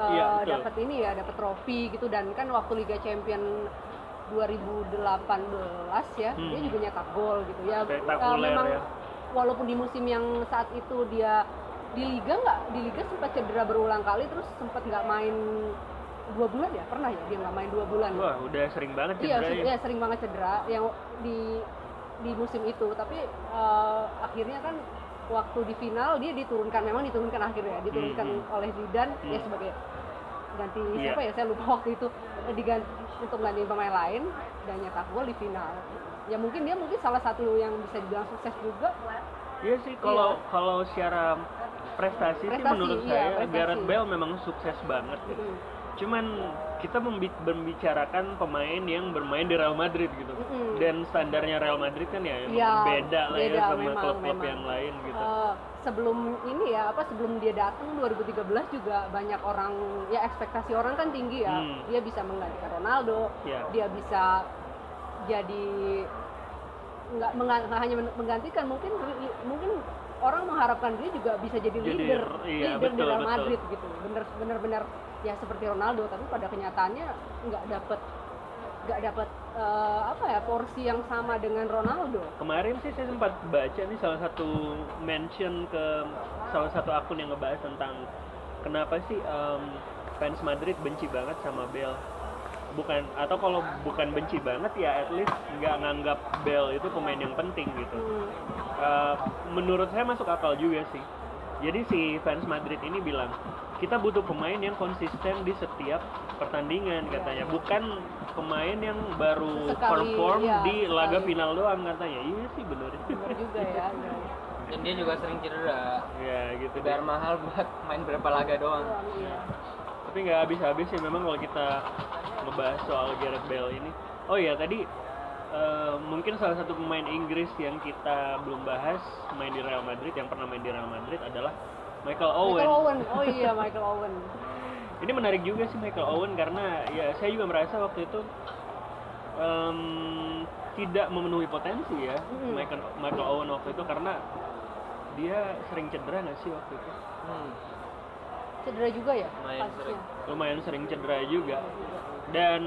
dapat trofi gitu, dan kan waktu Liga Champion 2018 ya dia juga nyetak gol gitu ya. Memang ya. Walaupun di musim yang saat itu dia di liga sempat cedera berulang kali, terus sempat nggak main 2 bulan ya, pernah ya dia nggak main 2 bulan. Wah udah sering banget cedera. Iya sering banget cedera yang di musim itu. Tapi akhirnya kan waktu di final dia diturunkan akhirnya oleh Zidane ya sebagai ganti siapa ya, saya lupa waktu itu, diganti untuk ganti pemain lain dan nyetak gol di final. Ya mungkin dia salah satu yang bisa dibilang sukses juga. Iya sih, kalau secara prestasi sih menurut saya Gareth Bale memang sukses banget gitu. Cuman kita membicarakan pemain yang bermain di Real Madrid gitu. Dan standarnya Real Madrid kan ya, beda lah ya sama klub-klub yang lain gitu. Sebelum ini ya, sebelum dia datang 2013 juga banyak orang ya, ekspektasi orang kan tinggi ya. Dia bisa menggantikan Ronaldo, dia bisa jadi nggak hanya menggantikan, mungkin orang mengharapkan dia juga bisa jadi leader di Real Madrid gitu. Bener-bener ya seperti Ronaldo, tapi pada kenyataannya nggak dapet porsi yang sama dengan Ronaldo. Kemarin sih saya sempat baca nih salah satu mention ke salah satu akun yang ngebahas tentang kenapa sih fans Madrid benci banget sama Bale. Atau kalau bukan benci banget ya at least nggak nganggap Bale itu pemain yang penting gitu. Menurut saya masuk akal juga sih. Jadi si fans Madrid ini bilang kita butuh pemain yang konsisten di setiap pertandingan katanya, bukan pemain yang baru perform di laga final doang katanya. Iya sih bener juga ya. Dan dia juga sering cedera. Ya gitu. Biar mahal buat main berapa laga doang. Tapi nggak habis-habis sih memang kalau kita ngebahas soal Gareth Bale ini. Oh iya tadi mungkin salah satu pemain Inggris yang kita belum bahas main di Real Madrid, yang pernah main di Real Madrid adalah Michael Owen. Oh iya, Michael Owen. Ini menarik juga sih Michael Owen karena ya saya juga merasa waktu itu tidak memenuhi potensi ya Michael Owen waktu itu, karena dia sering cedera nggak sih waktu itu? Cedera juga ya? Lumayan sering cedera juga. Dan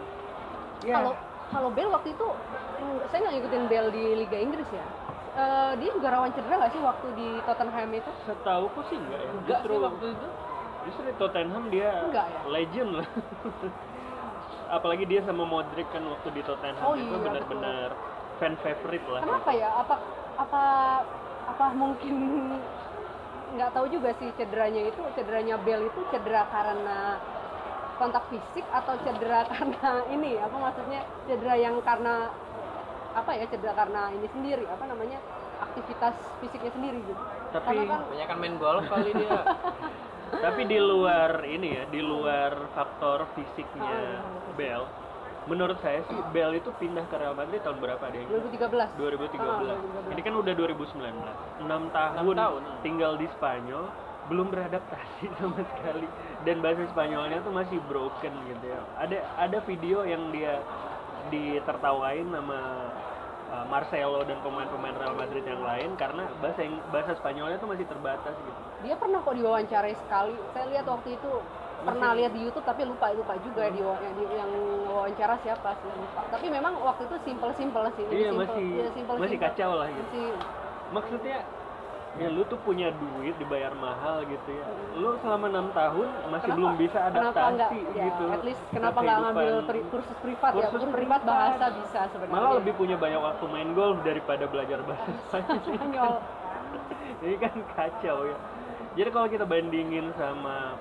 ya kalau Bale waktu itu saya nggak ngikutin Bale di Liga Inggris ya. Dia juga rawan cedera nggak sih waktu di Tottenham itu? Setauku sih enggak ya. Justru waktu itu di Tottenham dia legend lah. Apalagi dia sama Modric kan waktu di Tottenham itu benar-benar fan favorite lah. Kenapa ya? Apa mungkin nggak tahu juga sih cederanya Bale itu cedera karena kontak fisik atau cedera karena ini maksudnya cedera yang karena cedera karena ini sendiri aktivitas fisiknya sendiri gitu. Tapi banyak kan main golf kali dia. Tapi di luar faktor fisiknya Bale, menurut saya sih Bale itu pindah ke Real Madrid tahun berapa dia? 2013. Ini kan udah 2019. 6 tahun tinggal di Spanyol, belum beradaptasi sama sekali, dan bahasa Spanyolnya tuh masih broken gitu ya. Ada video yang dia ditertawain sama Marcelo dan pemain-pemain Real Madrid yang lain karena bahasa Spanyolnya tuh masih terbatas gitu. Dia pernah kok diwawancarai sekali. Saya lihat waktu itu lihat di YouTube tapi lupa juga yang wawancara siapa sih, lupa. Tapi memang waktu itu simple sih. Iya, masih kacau lah gitu. Maksudnya ya lu tuh punya duit dibayar mahal gitu ya, lu selama 6 tahun masih belum bisa adaptasi gitu. At least kenapa nggak ngambil kursus privat kursus privat bahasa bisa sebenarnya. Malah lebih punya banyak waktu main golf daripada belajar bahasa Spanyol. Ini kan kacau ya. Jadi kalau kita bandingin sama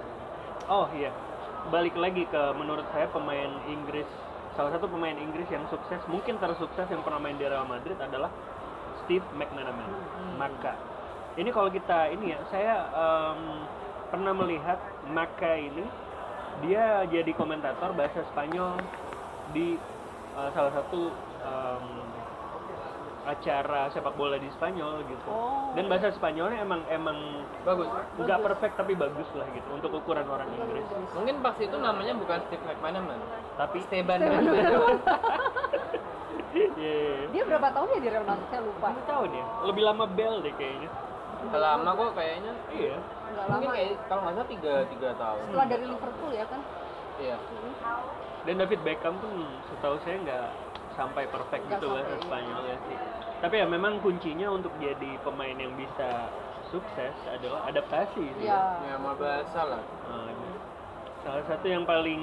balik lagi ke menurut saya salah satu pemain Inggris yang sukses, mungkin tersukses yang pernah main di Real Madrid adalah Steve McManaman. Maka ini kalau kita saya pernah melihat Maka ini dia jadi komentator bahasa Spanyol di salah satu acara sepak bola di Spanyol gitu. Dan bahasa Spanyolnya emang bagus. Nggak perfect tapi bagus lah gitu untuk ukuran orang Inggris. Mungkin pas itu namanya bukan Steve McManaman, tapi Esteban. Dia berapa tahun ya di Real Madrid? Saya lupa. 5 tahun ya. Lebih lama Bale deh kayaknya. Lama kok kayaknya. Iya. Mungkin kayak kalau nggak salah 3 tahun. Setelah dari Liverpool ya kan? Iya. Dan David Beckham pun setahu saya nggak sampai perfect gitu bahasa Spanyol ya sih. Tapi ya memang kuncinya untuk jadi pemain yang bisa sukses adalah adaptasi sih. Ya sama bahasa lah. Salah satu yang paling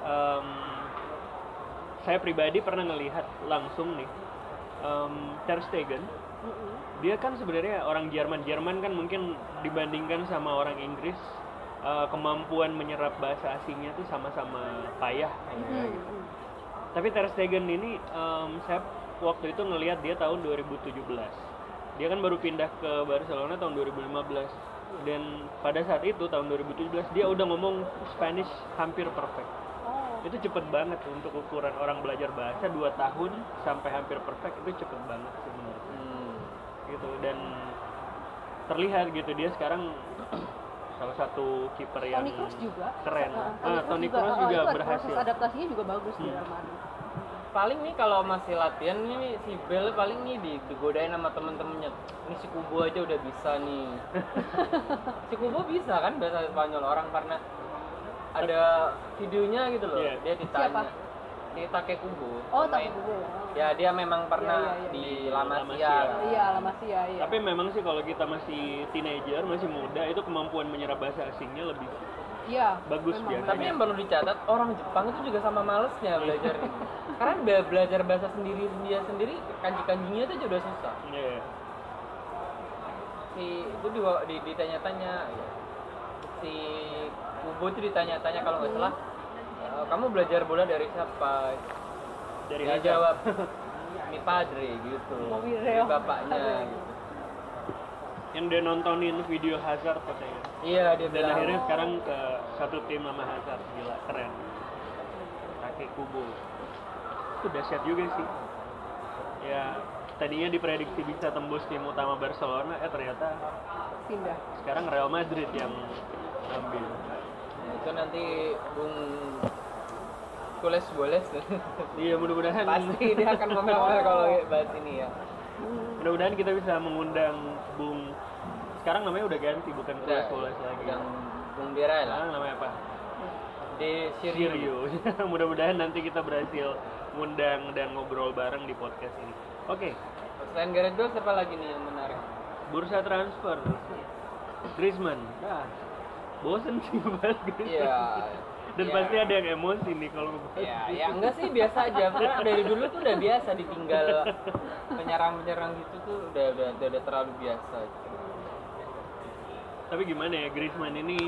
saya pribadi pernah ngelihat langsung nih, Ter Stegen. Dia kan sebenarnya orang Jerman kan mungkin dibandingkan sama orang Inggris kemampuan menyerap bahasa asingnya tuh sama-sama payah gitu. Tapi Ter Stegen ini saya waktu itu ngelihat dia tahun 2017. Dia kan baru pindah ke Barcelona tahun 2015. Dan pada saat itu tahun 2017 dia udah ngomong Spanish hampir perfect. Itu cepet banget untuk ukuran orang belajar bahasa 2 tahun sampai hampir perfect, itu cepet banget sebenarnya. Gitu. Dan terlihat gitu dia sekarang salah satu kiper yang Toni Kroos juga keren. Toni Kroos juga berhasil. Proses adaptasinya juga bagus di Real Madrid. Paling nih kalau masih latihan nih si Bale paling nih digodain sama temen-temennya. Ini si Kubo aja udah bisa nih. Si Kubo bisa kan bahasa Spanyol orang karena ada videonya gitu loh. Yeah. Dia ditanya. Siapa? Di Takekubo. Oh, Takekubo. Ya dia memang pernah Iya. di La Masia. Iya, La Masia, iya. Tapi memang sih kalau kita masih teenager, masih muda, itu kemampuan menyerap bahasa asingnya lebih Iya, bagus memang, biasanya. Tapi yang perlu dicatat, orang Jepang itu juga sama malesnya belajar ini. Karena belajar bahasa dia sendiri, kanji-kanjinya itu udah susah. Iya. Itu ditanya-tanya, si Kubo itu ditanya-tanya kalau nggak salah, kamu belajar bola dari siapa? Dari Dia Hazard. jawab, mi padre gitu, Mi dari bapaknya gitu. Yang dia nontonin video Hazard katanya. Iya, dia Dan bilang. akhirnya sekarang ke satu tim sama Hazard, gila keren. Takekubo. Itu dahsyat juga sih. Ya, tadinya diprediksi bisa tembus tim utama Barcelona, ternyata pindah. sekarang Real Madrid yang ambil. Itu nanti Bung Kules Boles Iya, mudah-mudahan pasti dia akan ngomel-ngomel kalau bahas ini ya. mudah-mudahan kita bisa mengundang Bung, sekarang namanya udah ganti, bukan Udah, Kules lagi. yang Bung Dera lah. Sekarang namanya apa? Di Sirio. Mudah-mudahan nanti kita berhasil ngundang dan ngobrol bareng di podcast ini. Oke, Selain Gareth Bale siapa lagi nih yang menarik? bursa transfer. Griezmann. Bosen sih bahas Griezmann. Iya. Dan Iya. pasti ada yang emosi nih kalau bahas. Ya enggak sih, biasa aja. Karena dari dulu tuh udah biasa ditinggal penyerang-penyerang gitu tuh udah terlalu biasa. Gitu. Tapi gimana ya, Griezmann ini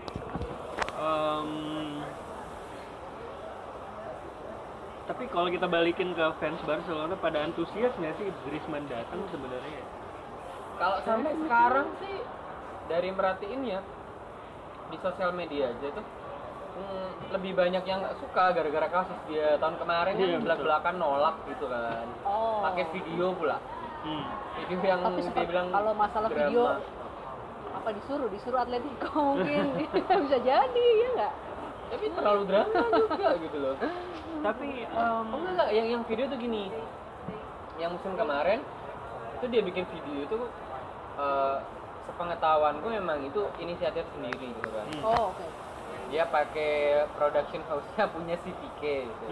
tapi kalau kita balikin ke fans Barcelona, pada antusias nggak sih Griezmann datang sebenarnya? Kalau sampai sekarang sih dari merhatiin ya di sosial media aja tuh lebih banyak yang nggak suka gara-gara kasus dia tahun kemarin kan Iya, belak-belakan nolak gitu kan. Oh. Pakai video pula. Video yang Tapi dia bilang kalau masalah drama. video apa disuruh Atletico mungkin bisa jadi ya nggak? Tapi terlalu drama juga gitu loh. Tapi Oh enggak, yang video tuh gini. Yang musim kemarin itu dia bikin video itu sepengetahuanku memang itu inisiatif sendiri gitu kan. Oh, oke. Dia pakai production house-nya punya si Pique gitu.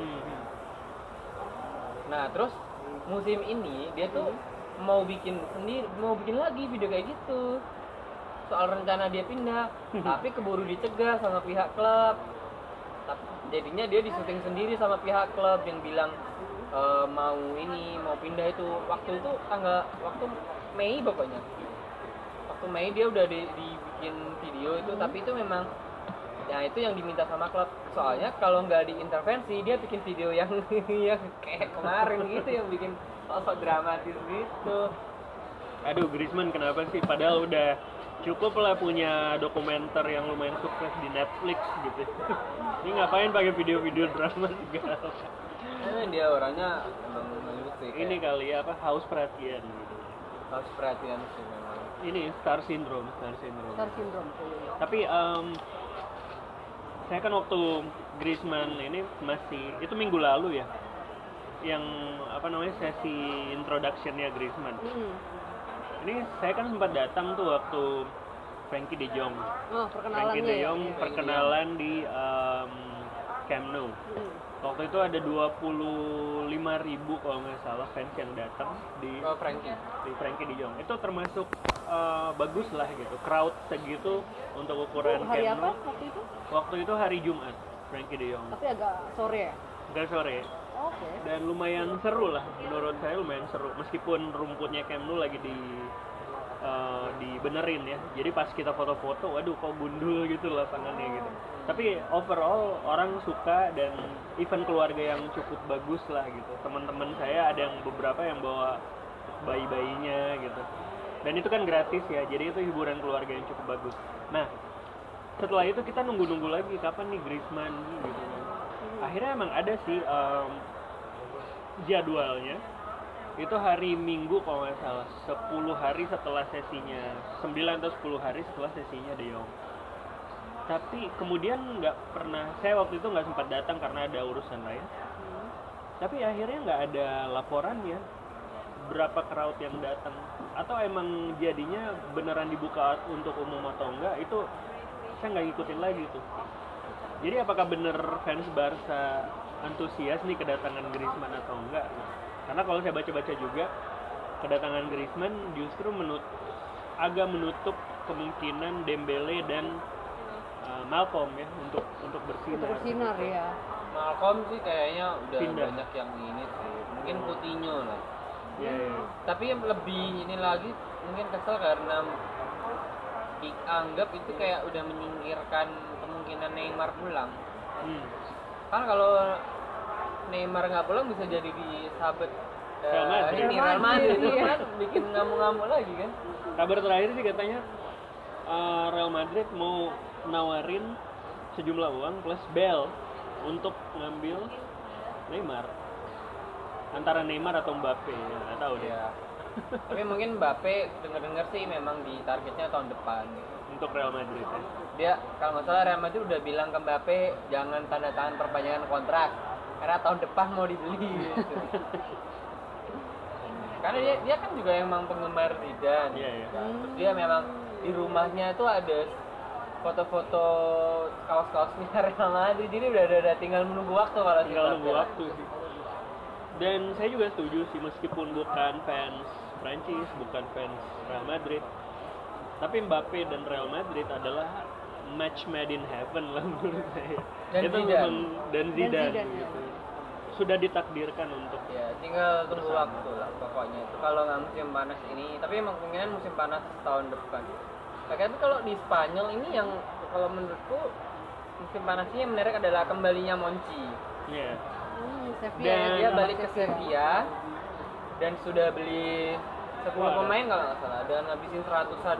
Nah, terus musim ini dia tuh mau bikin lagi video kayak gitu. Soal rencana dia pindah, tapi keburu dicegah sama pihak klub. Jadinya dia disuting sendiri sama pihak klub yang bilang mau pindah itu waktu Mei pokoknya. Waktu Mei dia udah dibikin video itu, tapi itu memang ya itu yang diminta sama klub. Soalnya kalau nggak diintervensi dia bikin video yang kayak kemarin gitu, yang bikin sosok dramatis gitu. aduh, Griezmann kenapa sih? Padahal udah cukup lah punya dokumenter yang lumayan sukses di Netflix gitu. Ini ngapain pakai video-video drama segala? Dia orangnya emang lucu kayak Ini kali ya, apa, haus perhatian gitu. harus perhatian sih memang. Ini star syndrome. Star syndrome. Tapi saya kan waktu Griezmann ini itu minggu lalu ya, yang apa namanya sesi introduction-nya Griezmann. Ini saya kan sempat datang tuh waktu Frenkie de Jong. Oh, perkenalannya. Frenkie de Jong ya. perkenalan di Camp Nou. Waktu itu ada 25.000 kalau nggak salah fans yang datang di Frenkie de Jong. Itu termasuk bagus lah gitu. Crowd segitu untuk ukuran Hari Camp apa Nou. waktu itu? Waktu itu hari Jumat, Frenkie de Jong. Tapi agak sore ya? Agak sore. Oke. Dan lumayan seru lah, menurut saya lumayan seru. Meskipun rumputnya Camp Nou lagi dibenerin ya. Jadi pas kita foto-foto, waduh kok gundul gitu lapangannya gitu. Tapi overall orang suka, dan event keluarga yang cukup bagus lah gitu. Teman-teman saya ada yang beberapa yang bawa bayi-bayinya gitu. Dan itu kan gratis ya, jadi itu hiburan keluarga yang cukup bagus. Nah, setelah itu kita nunggu lagi kapan nih Griezmann gitu. Akhirnya emang ada sih jadwalnya. Itu hari Minggu kalau nggak salah, 10 hari setelah sesinya, 9 atau 10 hari setelah sesinya De Jong. Tapi kemudian saya waktu itu nggak sempat datang karena ada urusan lain. Tapi akhirnya nggak ada laporannya berapa crowd yang datang, atau emang jadinya beneran dibuka untuk umum atau enggak, itu saya nggak ngikutin lagi tuh. Jadi apakah bener fans Barca antusias nih kedatangan Griezmann atau enggak? Karena kalau saya baca-baca juga, kedatangan Griezmann justru agak menutup kemungkinan Dembele dan Malcolm ya untuk bersinar. Ya. Malcolm sih kayaknya udah Pindah. banyak yang ini sih, mungkin Coutinho lah. Yeah. Tapi yang lebih ini lagi mungkin kesel karena dianggap itu kayak udah menyingkirkan kemungkinan Neymar pulang. Kan kalau Neymar nggak pulang bisa jadi disahabat Real Madrid itu kan bikin ngamuk-ngamuk lagi kan. Kabar terakhir sih katanya Real Madrid mau nawarin sejumlah uang plus Bale untuk ngambil Neymar. Antara Neymar atau Mbappe, ya, nggak tahu deh. Ya. Tapi mungkin Mbappe dengar-dengar sih memang di targetnya tahun depan gitu. Untuk Real Madrid ya. Dia kalau nggak salah Real Madrid udah bilang ke Mbappe jangan tanda tangan perpanjangan kontrak karena tahun depan mau dibeli gitu. Karena dia kan juga emang penggemar Zidane. Iya. Terus dia memang di rumahnya itu ada foto-foto kaos-kaosnya Real Madrid, jadi udah tinggal menunggu waktu kalau Tinggal nunggu waktu sih. Dan saya juga setuju sih, meskipun bukan fans Prancis, bukan fans Real Madrid, tapi Mbappe dan Real Madrid adalah match made in heaven lah menurut saya. Dan itu Zidane. Dan Zidane Zidane, gitu. Sudah ditakdirkan untuk ya tinggal tunggu waktu lah pokoknya itu kalau nggak musim panas ini, tapi emang kemungkinan musim panas tahun depan. Nah, tapi kalau di Spanyol ini yang kalau menurutku musim panasnya yang menarik adalah kembalinya Monchi. yeah. Sevilla. Dan Dia balik ke Sevilla dan sudah beli 10 pemain kalau nggak salah dan ngabisin 100-an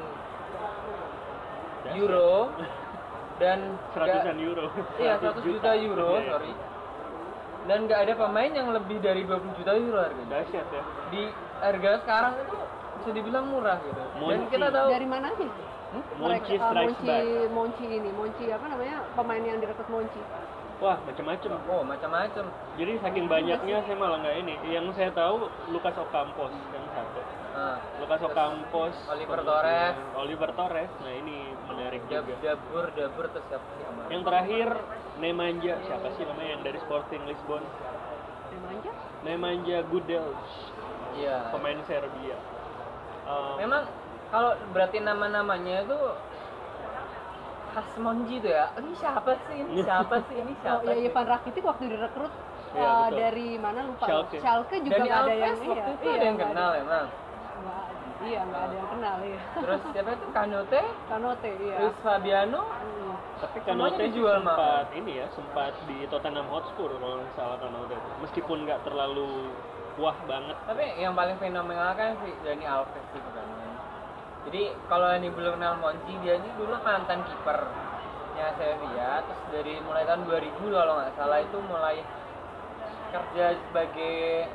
euro dan 100-an euro. Iya 100 juta euro, Iya. sorry. Dan nggak ada pemain yang lebih dari 20 juta euro harganya. Dahsyat ya. Di harga sekarang itu bisa dibilang murah gitu. Dan Monchi. kita tahu Dari mana aja? Monchi strikes back. Monchi apa namanya, pemain yang direkrut Monchi. Wah, macam-macam. oh macam-macam. Jadi saking banyaknya saya malah nggak ini. Yang saya tahu Lucas Ocampos yang satu. Nah, Lucas Ocampos, Oliver kemudian Torres. Oliver Torres. Nah ini menarik juga. Dabur terus siapa sih namanya? Yang terakhir Nemanja, siapa sih namanya yang dari Sporting Lisbon? Nemanja? Nemanja Gudelj, Iya. pemain Serbia. Memang kalau berarti nama-namanya itu khas Monchi tuh ya. Ini siapa sih? Ini siapa sih? Ini Oh siapa? ya, sih? Ivan Rakitic waktu direkrut Iya, betul. dari mana lupa. Schalke. Schalke juga Dani nggak ada Alves yang waktu itu iya, ada yang nggak kenal emang. nggak ada yang kenal ya. Terus siapa itu? Kanote, Kanote iya. Luis Fabiano. Tapi Semuanya Kanote dijual sempat ini ya, sempat di Tottenham Hotspur kalau nggak salah Kanote. Meskipun nggak terlalu wah banget. Tapi yang paling fenomenal kan si Dani Alves itu kan. Jadi kalau yang belum kenal Monchi, dia ini dulu mantan kipernya Sevilla. Terus dari mulai tahun 2000 kalau nggak salah itu mulai kerja sebagai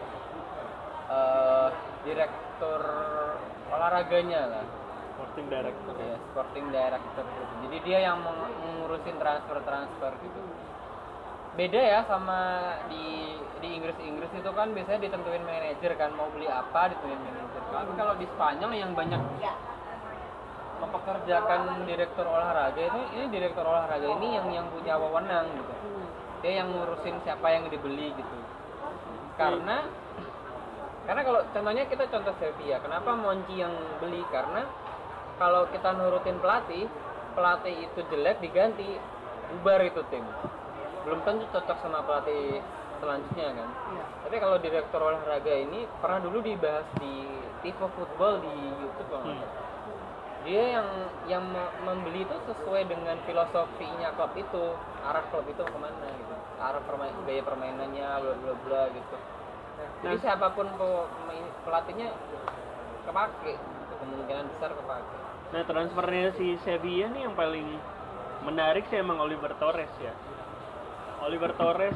direktur olahraganya lah. Sporting director. Ya, sporting director gitu. Jadi dia yang mengurusin transfer gitu. Beda ya sama di Inggris itu kan biasanya ditentuin manajer kan, mau beli apa ditentuin manajer. Tapi kalau di Spanyol yang banyak mempekerjakan direktur olahraga itu, ini direktur olahraga ini yang punya wewenang gitu. Dia yang ngurusin siapa yang dibeli gitu. Karena kalau contohnya kita contoh Sevilla, kenapa Monchi yang beli? Karena kalau kita nurutin pelatih itu jelek diganti, bubar itu tim. Belum tentu cocok sama pelatih selanjutnya kan. Iya. Tapi kalau direktur olahraga ini pernah dulu dibahas di Tipe Football di YouTube kalau nggak salah. Dia yang membeli itu sesuai dengan filosofinya klub itu, arah klub itu kemana gitu, arah gaya permainannya bla bla bla gitu. Jadi siapapun pelatihnya kepake gitu. kemungkinan besar kepake. Nah, transfernya si Sevilla nih yang paling menarik sih emang Oliver Torres ya. Oliver Torres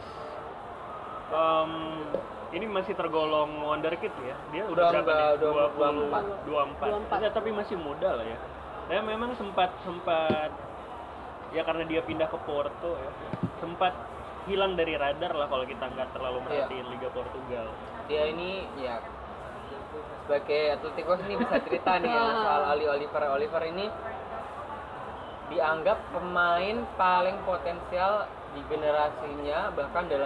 ini masih tergolong wonderkid ya. Dia Udah berapa enggak, nih? udah 24. Ya, tapi masih muda lah ya. Dia memang sempat ya karena dia pindah ke Porto ya. Sempat hilang dari radar lah kalau kita nggak terlalu merhatiin Liga Portugal. Dia ini ya sebagai Atletico ini bisa cerita nih ya, soal Oliver ini dianggap pemain paling potensial di generasinya, bahkan dalam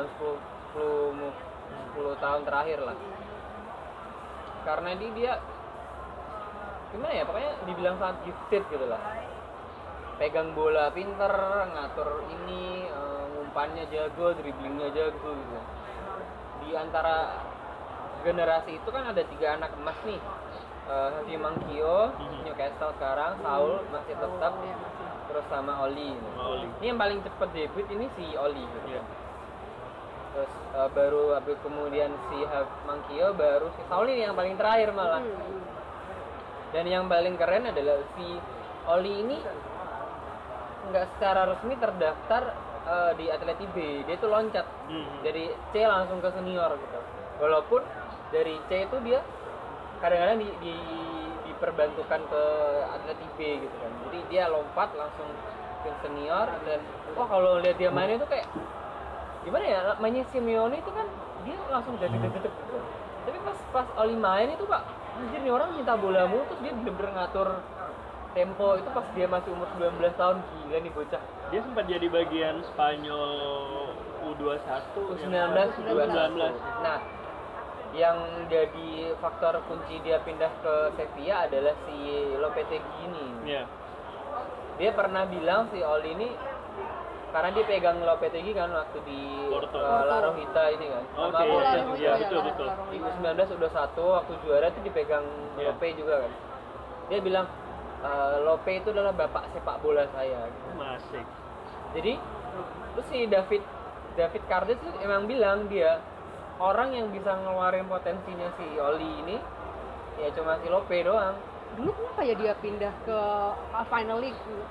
10 tahun terakhir lah. Karena dia gimana ya, pokoknya dibilang sangat gifted gitu lah. Pegang bola pinter, ngatur ini, umpannya jago, dribblingnya jago gitu. Di antara generasi itu kan ada 3 anak emas nih. Javi Manquillo, Newcastle sekarang, Saul masih tetap, terus sama Oli. Ini yang paling cepat debut ini si Oli gitu. Yeah. Terus baru habis kemudian si Manquillo, baru si Saul ini yang paling terakhir malah. Dan yang paling keren adalah si Oli ini nggak secara resmi terdaftar di Atleti B, dia tuh loncat dari C langsung ke senior gitu. Walaupun dari C itu dia kadang-kadang diperbantukan ke Atleti B gitu kan. Jadi dia lompat langsung ke senior dan kalau lihat dia main itu kayak gimana ya, mainnya Simeone itu kan dia langsung jadi deg-deg gitu. Tapi pas Oli main itu Pak, anjir nih orang minta bola mulu, terus dia bener-bener ngatur tempo itu pas dia masih umur 19 tahun. Gila nih bocah. Dia sempat jadi bagian Spanyol U21, U19. Nah, yang jadi faktor kunci dia pindah ke Sevilla adalah si Lopetegui ini. Iya. Dia pernah bilang si Oli ini karena dia pegang Lopetegui kan waktu di La Rojita ini kan. Iya, betul. Di U19 udah 1 waktu juara itu dipegang Lope juga kan. Dia bilang Lope itu adalah bapak sepak bola saya. Masih. Jadi terus si David Cardes itu emang bilang dia orang yang bisa ngeluarin potensinya si Oli ini ya cuma si Lope doang. Dulu kenapa ya dia pindah ke finally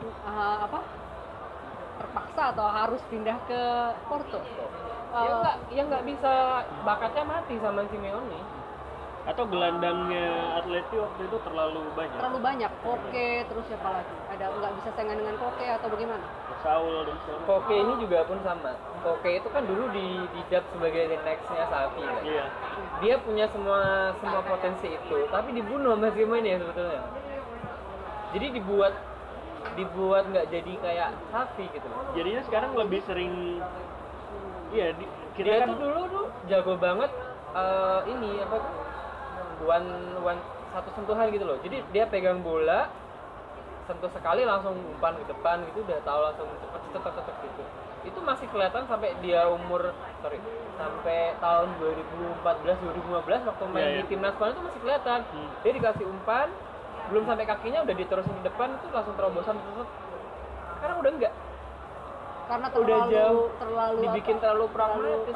terpaksa atau harus pindah ke Porto? Ya nggak bisa, bakatnya mati sama Simeone. Atau gelandangnya Atleti waktu itu terlalu banyak. Terlalu banyak. Koke, terus siapa lagi? Ada nggak bisa saingan dengan Koke atau bagaimana? Saul dan Saul. Koke ini juga pun sama. Koke itu kan dulu didap sebagai the next-nya Xavi kan. Iya. Dia punya semua potensi itu, tapi dibunuh sama Simeone ya sebetulnya. Jadi dibuat nggak jadi kayak Xavi gitu loh. Jadinya sekarang lebih sering dia kan tuh dulu tuh jago banget ini apa tuh one satu sentuhan gitu loh. Jadi dia pegang bola sentuh sekali langsung umpan ke depan gitu, udah tahu langsung cepet gitu. Itu masih kelihatan sampai dia sampai tahun 2014 waktu main di timnas Spanyol itu masih kelihatan. Dia dikasih umpan belum sampai kakinya udah diterusin ke depan itu langsung terobosan terus. Sekarang udah enggak. Karena udah jauh dibikin terlalu pragmatis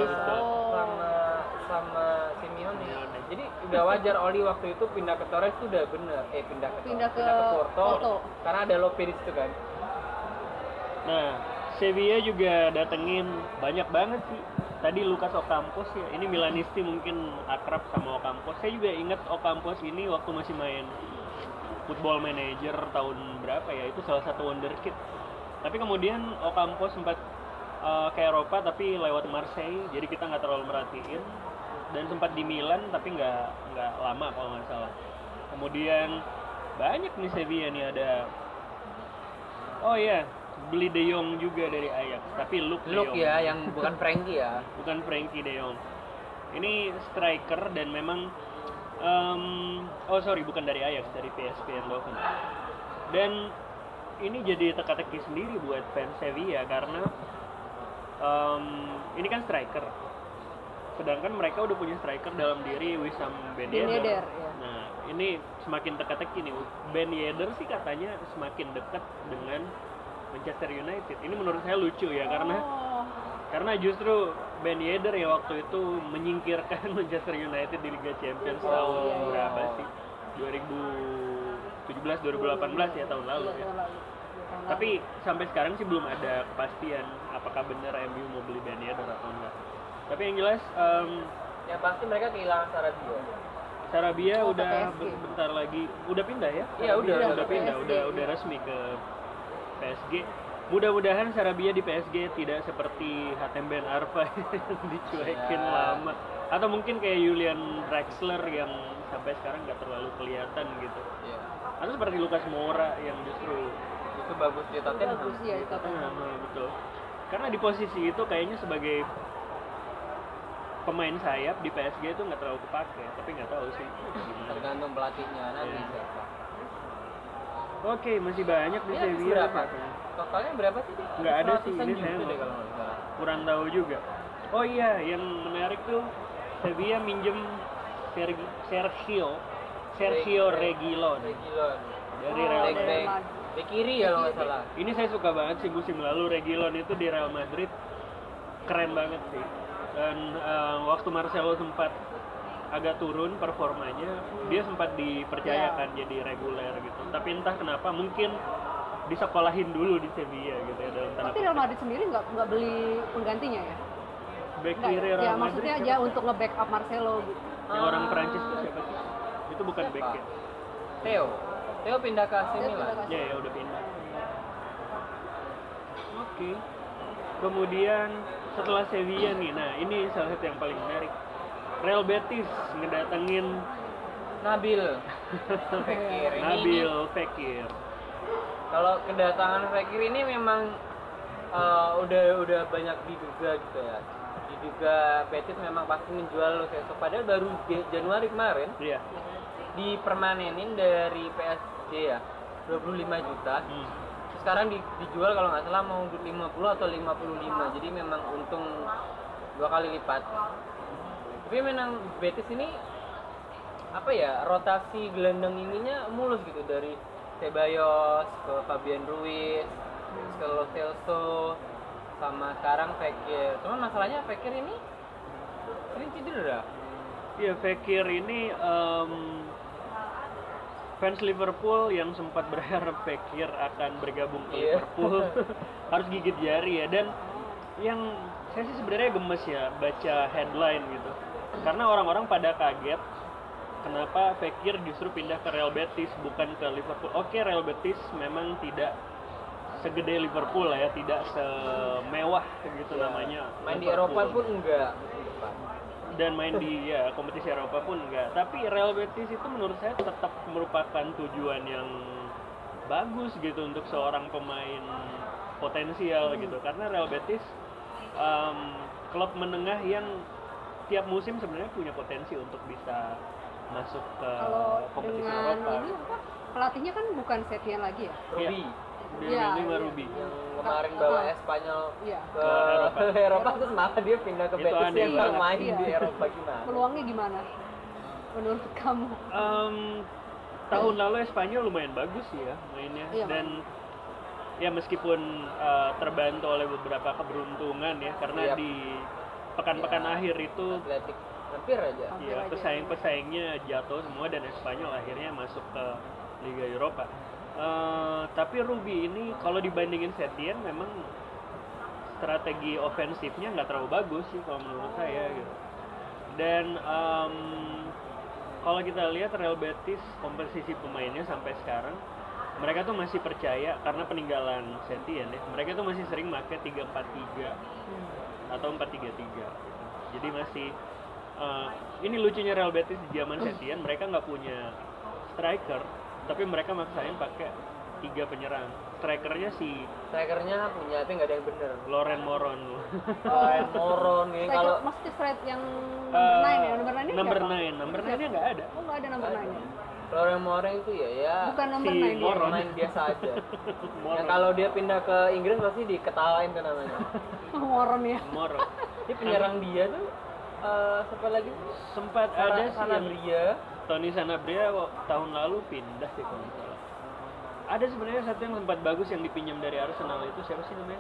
sama Simeone. Jadi udah wajar Oli waktu itu pindah ke Torres itu udah bener. Pindah ke Porto. Karena ada Lope di situ kan. Nah, Sevilla juga datengin banyak banget sih. Tadi Lucas Ocampos ya. Ini Milanisti mungkin akrab sama Ocampos. Saya juga ingat Ocampos ini waktu masih main Football Manager tahun berapa ya? Itu salah satu wonderkid. Tapi kemudian Ocampos sempat ke Eropa tapi lewat Marseille, jadi kita nggak terlalu merhatiin. Dan sempat di Milan tapi nggak lama kalau nggak salah. Kemudian banyak nih Sevilla nih ada. Oh iya, beli De Jong juga dari Ajax, tapi Luke ya, yang bukan Frankie ya. Bukan Frankie De Jong. Ini striker dan memang bukan dari Ajax, dari PSV Eindhoven. Dan ini jadi teka-teki sendiri buat fans Sevilla karena ini kan striker. Sedangkan mereka udah punya striker dalam diri Wissam Ben Yedder. Nah, ini semakin teka-teki nih. Ben Yedder sih katanya semakin dekat dengan Manchester United. Ini menurut saya lucu ya karena justru Ben Yedder ya waktu itu menyingkirkan Manchester United di Liga Champions tahun berapa sih? 2017 2018 ya tahun lalu ya. Tahun lalu. Tapi sampai sekarang sih belum ada kepastian apakah benar MU mau beli Ben Yedder atau enggak. Tapi yang jelas Yang pasti mereka kehilangan Sarabia. Sarabia Oh, ke udah PSG. bentar lagi udah pindah ya? Iya, udah pindah, PSG. udah resmi ke PSG. Mudah-mudahan Sarabia di PSG tidak seperti Hatem Ben Arfa yang dicuekin Ya. lama, atau mungkin kayak Julian Draxler yang sampai sekarang nggak terlalu kelihatan gitu, Iya. atau seperti Lucas Moura yang justru Itu bagus di Tottenham. Bagus ya itu. betul, karena di posisi itu kayaknya sebagai pemain sayap di PSG itu nggak terlalu kepake, tapi nggak tahu sih gimana. Tergantung pelatihnya nanti Iya. siapa. Oke, masih banyak di Iya, Sevilla. berapa? Totalnya berapa sih dia? Nggak ada sih, 100-an ini saya gitu deh nggak- kalau nggak salah. Kurang tahu juga. Oh iya, yang menarik tuh Sevilla minjem Sergio Reguilon Reguilon. dari Oh, Real Back Madrid. back. Back kiri ya kalau nggak salah. Ini saya suka banget sih musim lalu Reguilon itu di Real Madrid keren banget sih. Dan waktu Marcelo sempat agak turun performanya, dia sempat dipercayakan jadi reguler gitu. Tapi entah kenapa mungkin disekolahin dulu di Sevilla gitu ya dalam tanda Tapi Real Madrid sendiri nggak beli penggantinya ya? back Nggak kiri ya? Real Ya Madrid. maksudnya siapa aja sih? untuk nge-backup Marcelo gitu. Yang orang Perancis itu siapa sih? Itu bukan Siapa? back ya? Theo pindah ke AC Dia Milan. pindah ke- Ya, ya udah pindah. Oke. Kemudian setelah Sevilla nih, nah ini salah satu yang paling menarik. Real Betis ngedatengin Nabil Fekir. Ini- Nabil Fekir. Kalau kedatangan Fekir ini memang udah banyak diduga gitu ya. Diduga Betis memang pasti menjual Lo Celso. Padahal baru Januari kemarin Iya. dipermanenin dari PSG ya 25 juta. Hmm. Sekarang dijual kalau nggak salah mau 50 atau 55. Jadi memang untung 2 kali lipat. Tapi memang Betis ini apa ya, rotasi gelandang ininya mulus gitu, dari Ceballos ke Fabian Ruiz ke Lo Celso sama sekarang Fekir. Cuman masalahnya Fekir ini sering cedera. Iya, Fekir ini fans Liverpool yang sempat berharap Fekir akan bergabung ke Iya. Liverpool harus gigit jari ya. Dan yang saya sih sebenarnya gemes ya baca headline gitu, karena orang-orang pada kaget kenapa Fekir justru pindah ke Real Betis bukan ke Liverpool. Oke, Real Betis memang tidak segede Liverpool lah ya, tidak semewah gitu namanya. Main di Liverpool. Eropa pun enggak. Dan main di ya kompetisi Eropa pun enggak. Tapi Real Betis itu menurut saya tetap merupakan tujuan yang bagus gitu untuk seorang pemain potensial gitu. Karena Real Betis klub menengah yang tiap musim sebenarnya punya potensi untuk bisa masuk ke Kalau kompetisi dengan Eropa. ini apa? Pelatihnya kan bukan Setien lagi ya? Ruby Dia Iya, lima iya. Ruby. yang kemarin bawa Espanyol Iya. ke Eropa. Eropa terus malah dia pindah ke Itu Betis aneh yang banget. main Iya. di Eropa gimana? Peluangnya gimana? Menurut kamu? Tahun lalu Espanyol lumayan bagus sih ya mainnya. Iya, Dan ya meskipun terbantu oleh beberapa keberuntungan ya, karena Iya. di pekan-pekan Iya. akhir itu Atletik hampir aja. Hampir ya aja. pesaing-pesaingnya jatuh semua dan Espanyol akhirnya masuk ke Liga Eropa. Tapi Ruby ini kalau dibandingin Setien memang strategi ofensifnya nggak terlalu bagus sih kalau menurut saya gitu. Dan kalau kita lihat Real Betis komposisi pemainnya sampai sekarang, mereka tuh masih percaya karena peninggalan Setien ya. Mereka tuh masih sering pakai 3-4-3 atau 4-3-3 gitu. Jadi masih ini lucunya Real Betis di zaman Setien, mereka nggak punya striker, tapi mereka maksain pakai 3 penyerang. Strikernya si Strikernya punya tapi nggak ada yang bener. Loren Moron. Ryan Moron ini Striker, kalau maksudnya straight yang number 9 ya? Number 9 ini Number siapa? 9, number 9-nya nggak ada. Oh nggak ada number 9 ya? Loren Moron itu ya Bukan number si 9 dia. Moron. main biasa aja. Moron. Yang kalau dia pindah ke Inggris pasti diketawain tuh namanya. Moron ya? Moron. Ini penyerang dia tuh siapa lagi? Sempat ada sih yang Sanabria. Tony Sanabria tahun lalu pindah sih kalau nggak salah. Ada sebenarnya satu yang sempat bagus yang dipinjam dari Arsenal, itu siapa sih namanya?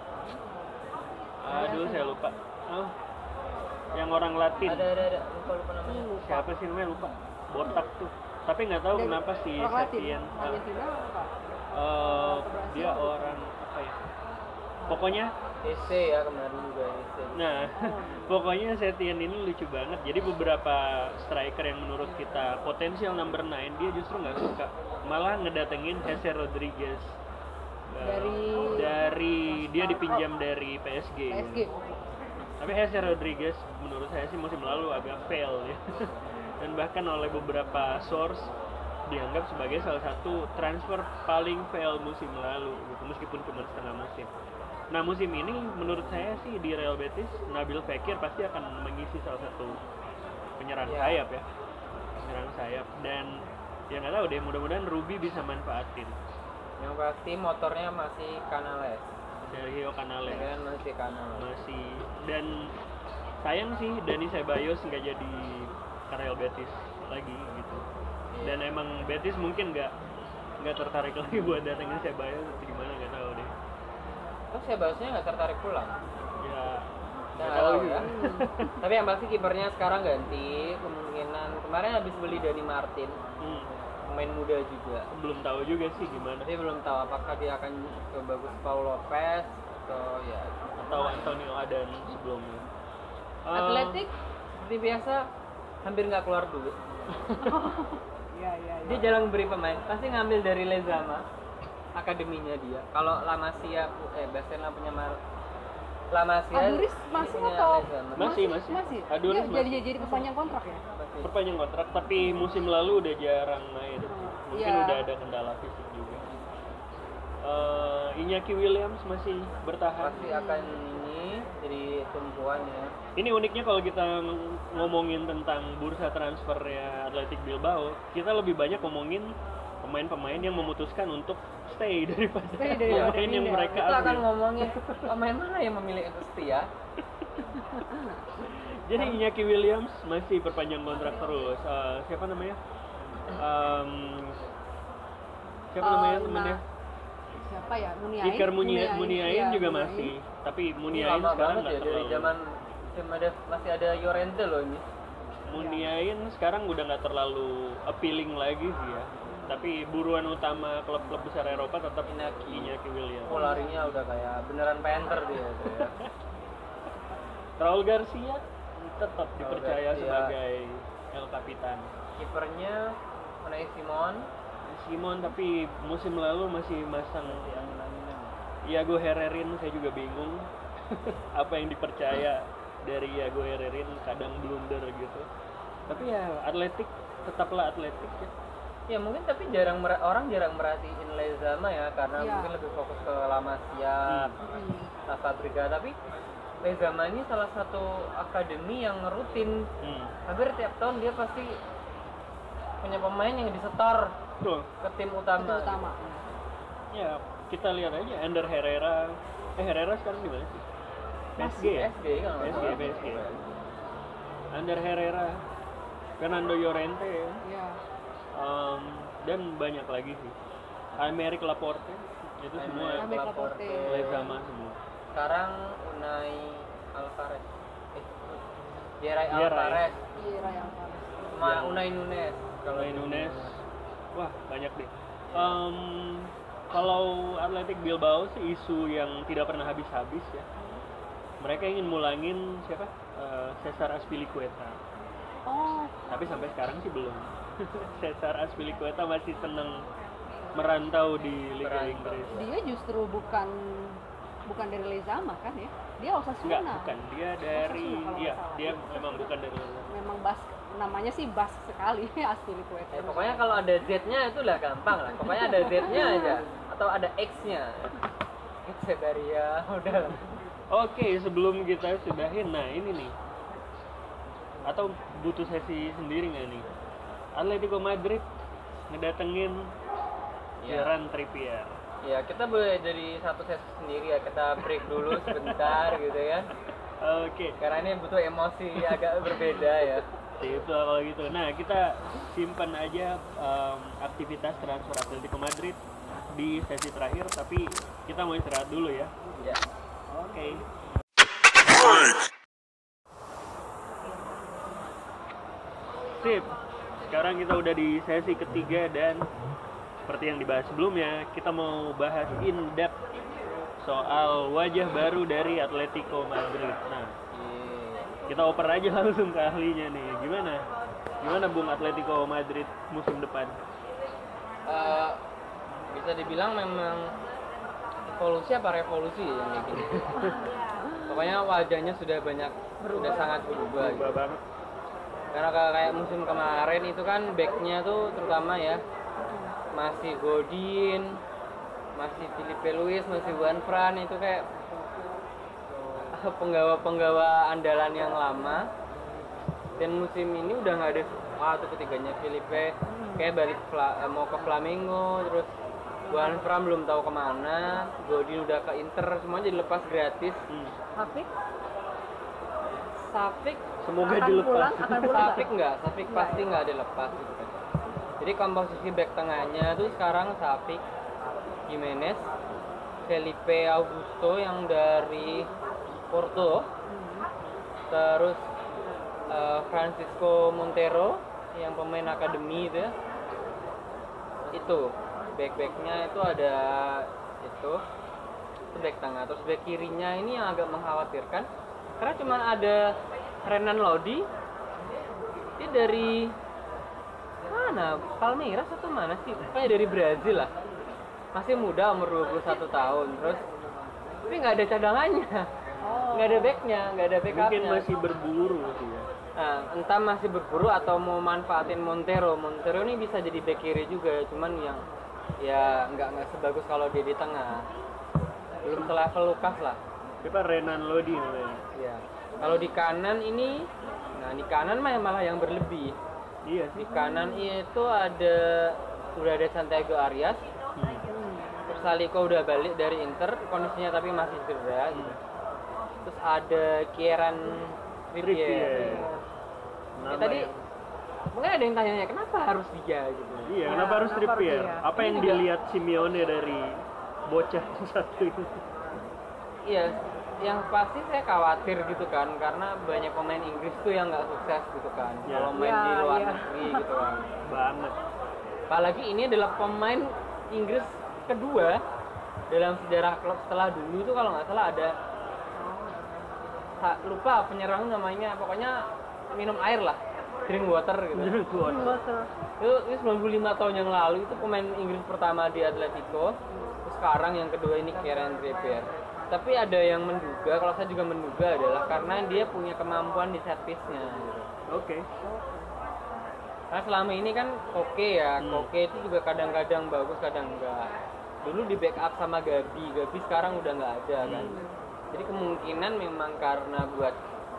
Aduh, saya lupa. Oh, yang orang Latin. Ada lupa namanya. Siapa sih namanya, lupa. Botak tuh. Tapi nggak tahu Dari kenapa si orang Latin, Setien Argentina apa? dia orang apa ya? Pokoknya EC ya kemarin juga EC. nah, pokoknya Setien ini lucu banget. Jadi beberapa striker yang menurut kita potensial number 9 dia justru nggak suka. Malah ngedatengin Jesse Rodriguez. Dari dia dipinjam dari PSG. PSG. Tapi Jesse Rodriguez menurut saya sih musim lalu agak fail ya. Dan bahkan oleh beberapa source dianggap sebagai salah satu transfer paling fail musim lalu gitu, meskipun cuma setengah musim. Nah musim ini menurut saya sih di Real Betis Nabil Fekir pasti akan mengisi salah satu penyerang sayap ya, penyerang sayap. Dan ya nggak tahu deh, mudah-mudahan Ruby bisa manfaatin. Yang pasti motornya masih Canales. Sergio Canales Ya kan masih Canales. masih, dan sayang sih Dani Ceballos nggak jadi ke Real Betis lagi gitu. Dan emang Betis mungkin nggak tertarik lagi buat datengin Ceballos atau gimana, nggak tahu deh. Terus saya bahasnya nggak tertarik pulang. Ya Nggak nggak tahu tahu juga. ya. Tapi yang pasti kipernya sekarang ganti. Kemungkinan kemarin habis beli Dani Martin, pemain muda juga. Belum tahu juga sih gimana, Tapi belum tahu apakah dia akan coba Gus Paul Lopez atau ya. atau Antonio Adan sebelumnya. Atletik seperti biasa hampir nggak keluar duit. Iya. Dia jarang beri pemain, pasti ngambil dari Lezama, akademinya dia. Kalau La Masia, Barcelona punya La Masia. Aduris ini masih punya atau Lezama. Masih. Aduris Dia jadi perpanjang kontrak ya? Masih. perpanjang kontrak, tapi musim lalu udah jarang main. Mungkin Iya. udah ada kendala fisik juga. Iñaki Williams masih bertahan. Pasti akan ini jadi tumpuan ya. Ini uniknya kalau kita ngomongin tentang bursa transfer ya Athletic Bilbao, kita lebih banyak ngomongin pemain-pemain yang memutuskan untuk stay daripada pemain yang pindah. mereka Kita akan ambil. ngomongin pemain mana yang memilih untuk setia. Jadi Iñaki Williams masih perpanjang kontrak terus. Siapa namanya? Siapa namanya temennya? Siapa ya? Iker Muniain Iya, juga Muniain. masih. Tapi Ini Muniain lama sekarang banget nggak ya dari terlalu. zaman masih ada Llorente loh ini. Muniain sekarang udah nggak terlalu appealing lagi sih ya. Tapi buruan utama klub-klub besar Eropa tetap Iñaki Williams. Larinya udah kayak beneran Panther dia tuh ya. Raul Garcia tetap dipercaya Garcia. sebagai El Capitan. Kipernya Unai Simon tapi musim lalu masih masang Iago Herrerin, saya juga bingung apa yang dipercaya dari Iago Herrerin, kadang blunder gitu. Tapi ya Atletik tetaplah Atletik ya. Ya mungkin tapi orang jarang merhatiin Lezama ya karena mungkin lebih fokus ke La Masia, La Fabrica. Tapi Lezama ini salah satu akademi yang rutin. Hampir tiap tahun dia pasti punya pemain yang disetor Tuh. ke tim utama. Ya, kita lihat aja Ander Herrera. Herrera sekarang di mana sih? PSG ya? PSG. Ander Herrera, Fernando Llorente ya. Iya. Dan banyak lagi sih. Aymeric Laporte itu semua Aymeric Laporte. Lezama semua. Sekarang Unai Alvarez. Yeray Yeray. Alvarez Iya, Ryan Alvarez. sama Unai Nunes. Kalau Nunes, wah banyak deh. Kalau Athletic Bilbao sih isu yang tidak pernah habis-habis ya. Mereka ingin mulangin siapa? Cesar Azpilicueta. Oh, Tapi sampai sekarang sih belum. Cesar Azpilicueta masih seneng merantau di Liga Inggris. dia justru bukan dari Lezama kan ya? Dia Osasuna. Enggak, bukan. Dia dari Osasuna kalau iya, nggak salah. dia memang bukan dari Memang namanya sih Bas sekali Azpilicueta. Pokoknya kalau ada Z-nya itu udah gampang lah. Pokoknya ada Z-nya aja atau ada X-nya. Echeverria udah. Oke, sebelum kita sudahin, nah ini nih. Atau butuh sesi sendiri nggak nih? Atletico Madrid ngedatengin Kieran Trippier. Ya kita boleh jadi satu sesi sendiri ya. Kita break dulu sebentar gitu ya. Oke. Karena ini butuh emosi agak berbeda ya. Sip lah kalau gitu. Nah, kita simpan aja aktivitas transfer Atletico Madrid di sesi terakhir, tapi kita mau istirahat dulu ya. Ya. Oke. Sip. sekarang kita udah di sesi ketiga dan seperti yang dibahas sebelumnya, kita mau bahas in-depth soal wajah baru dari Atletico Madrid. Nah, kita oper aja langsung ke ahlinya nih. Gimana Bung Atletico Madrid musim depan? Bisa dibilang memang evolusi apa revolusi ya yang kayak gini. Pokoknya wajahnya sudah sangat berubah gitu. Banget. Karena kayak musim kemarin itu kan backnya tuh terutama ya masih Godin, masih Filipe Luis, masih Juan Fran, itu kayak penggawa andalan yang lama. Dan musim ini udah nggak ada tuh ketiganya. Filipe kayak balik mau ke Flamengo, terus Juan Fran belum tahu kemana, Godin udah ke Inter, semuanya dilepas gratis. Safik Semoga akan dilepas. pulang Safik pasti nggak dilepas gitu kan. Jadi komposisi back tengahnya tuh sekarang Safik, Jimenez, Felipe Augusto yang dari Porto, terus Francisco Montero yang pemain akademi itu ya. Itu back-backnya itu ada itu back tengah. Terus back kirinya ini yang agak mengkhawatirkan karena cuma ada Renan Lodi. Dia dari mana? Palmeiras atau mana sih? Kayak dari Brazil lah. Masih muda, umur 21 tahun. Terus tapi nggak ada cadangannya. Nggak ada backnya, nggak ada backupnya. Mungkin masih berburu sih ya. Nah, entah masih berburu atau mau manfaatin Montero. Montero ini bisa jadi back kiri juga, cuman yang ya nggak sebagus kalau dia di tengah. Belum selevel Lukas lah. Siapa Renan Lodi namanya? Ya. Kalau di kanan ini, nah di kanan malah yang berlebih. Iya Di sih. kanan itu udah ada Santiago Arias. Terus Salico udah balik dari Inter, kondisinya tapi masih cedera. Gitu. Terus ada Kieran Trippier. Ya, tadi mungkin ada yang tanya kenapa harus dia gitu. Iya, kenapa harus Trippier? dia? Apa yang dilihat Simeone dari bocah satu itu? Iya, yang pasti saya khawatir gitu kan, karena banyak pemain Inggris tuh yang nggak sukses gitu kan, Ya. kalau main di luar negeri gitu kan. Banget. Apalagi ini adalah pemain Inggris kedua dalam sejarah klub. Setelah dulu tuh kalau nggak salah ada lupa penyerang namanya, pokoknya minum air lah, drink water gitu. Itu 95 tahun yang lalu itu pemain Inggris pertama di Atletico. Terus sekarang yang kedua ini Kieran Trippier. Tapi ada yang menduga, kalau saya juga menduga adalah karena dia punya kemampuan di set piece-nya. Oke. Karena selama ini kan Koke ya, Koke itu juga kadang-kadang bagus, kadang enggak. Dulu di backup sama Gabi sekarang udah nggak ada kan. Jadi kemungkinan memang karena buat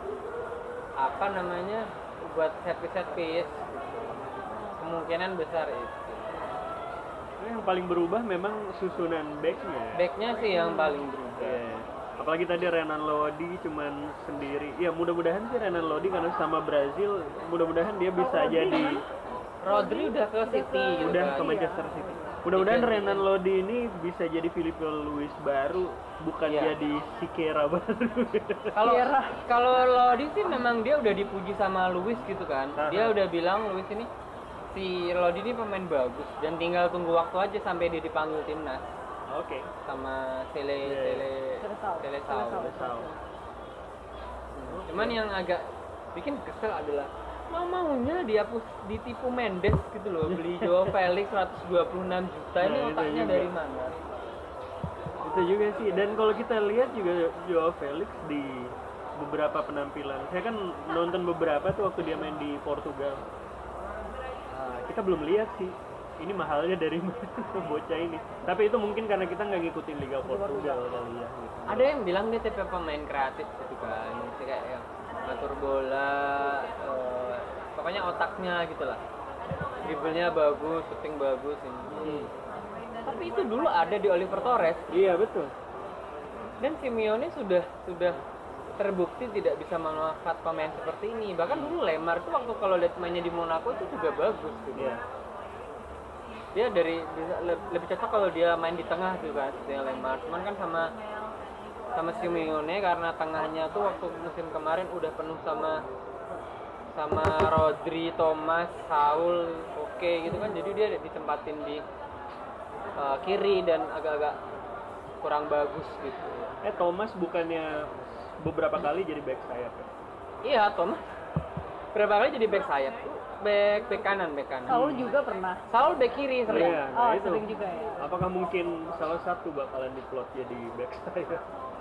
buat set piece kemungkinan besar itu. Yang paling berubah memang susunan backnya. Backnya sih yang paling berubah. Iya. Apalagi tadi Renan Lodi cuman sendiri. Ya mudah-mudahan sih Renan Lodi karena sama Brazil, mudah-mudahan dia bisa jadi. Rodri udah ke City, Udah ke kan. Manchester City. Mudah-mudahan Iya. Renan Lodi ini bisa jadi Filipe Luis baru, bukan Iya. jadi Sikera baru. Kalau Lodi sih memang dia udah dipuji sama Luis gitu kan. Dia udah bilang Luis ini si Lodi ini pemain bagus dan tinggal tunggu waktu aja sampai dia dipanggil timnas Oke. sama Seleção. Seleção. Cuman yang agak bikin kesel adalah maunya ditipu Mendes gitu loh, beli Joao Felix 126 juta, ini Nah, itu otaknya juga. dari mana? Itu juga sih. Dan kalau kita lihat juga Joao Felix di beberapa penampilan, saya kan nonton beberapa tuh waktu dia main di Portugal. Kita belum lihat sih ini mahalnya dari mana bocah ini. Tapi itu mungkin karena kita nggak ngikutin Liga Portugal kali ya. Gitu. Ada yang bilang dia tipe pemain kreatif gitu kan, kayak yang ngatur bola, pokoknya otaknya gitu lah. Dribblenya bagus, shooting bagus ini. Tapi itu dulu ada di Oliver Torres. Iya betul. Dan Simeone sudah terbukti tidak bisa memanfaat pemain seperti ini. Bahkan dulu Lemar tuh waktu kalau lihat mainnya di Monaco itu juga bagus gitu. Iya. Dia lebih cocok kalau dia main di tengah juga seperti Lemar. Cuman kan sama Simeone karena tengahnya tuh waktu musim kemarin udah penuh sama sama Rodri, Thomas, Saul, oke gitu kan. Jadi dia ditempatin di kiri dan agak-agak kurang bagus gitu. Thomas bukannya beberapa kali jadi back sayap ya? Iya, Thomas berapa kali jadi back sayap, back kanan. Saul juga pernah. Saul back kiri sering. Iya, nah itu. Sering juga ya. Apakah mungkin salah satu bakalan diplot jadi back sayap?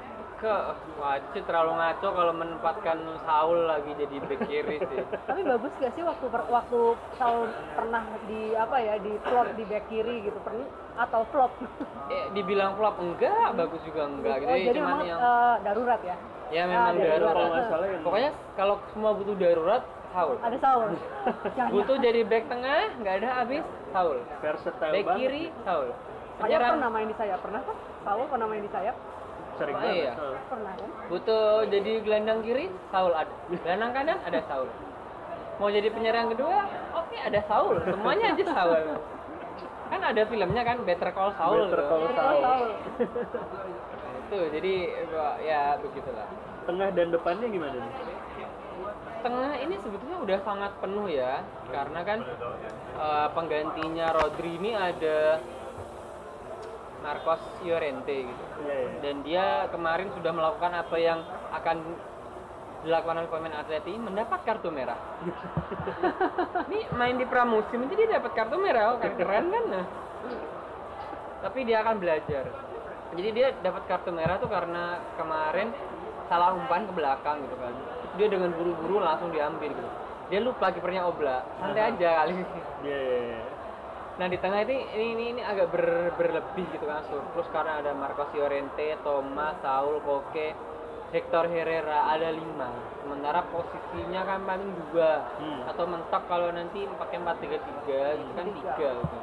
Wajib terlalu ngaco kalau menempatkan Saul lagi jadi back kiri sih. Tapi bagus gak sih waktu Saul pernah di plot di back kiri gitu, pernah atau flop? Dibilang flop enggak, bagus juga enggak gitu. Jadi cuman memang yang darurat ya. Ya memang darurat. Kalau nggak salah yang Pokoknya kalau semua butuh darurat, Saul. Ada Saul. Butuh jadi back tengah, nggak ada habis, Saul. versatile Back banget. kiri, Saul. Saya pernah main di sayap, pernah kan? Saul pernah main di sayap? Sering Oh, banget. iya. Pernah kan? Butuh jadi gelandang kiri, Saul ada. Gelandang kanan ada Saul. Mau jadi penyerang kedua, oke ada Saul. Semuanya aja Saul. Kan ada filmnya kan, Better Call Saul. Better Call gitu. Saul. Itu jadi ya begitulah. Tengah dan depannya gimana nih? Tengah ini sebetulnya udah sangat penuh ya, karena kan penggantinya Rodri ini ada Marcos Llorente gitu. Iya. Dan dia kemarin sudah melakukan apa yang akan dilakukan oleh pemain Atleti, mendapat kartu merah. Ini main di pramusim jadi dia dapat kartu merah, keren kan? Nah. Tapi dia akan belajar. Jadi dia dapat kartu merah tuh karena kemarin salah umpan ke belakang gitu kan. Dia dengan buru-buru langsung diambil gitu. Dia lupa kipernya Oblak. Santai aja kali. Iya. Nah di tengah ini agak berlebih gitu kan, surplus karena ada Marcos Llorente, Thomas, Saul, Koke, Hector Herrera, ada 5. Sementara posisinya kan paling 2 atau mentok kalau nanti pakai 4-3-3 gitu kan 3 gitu.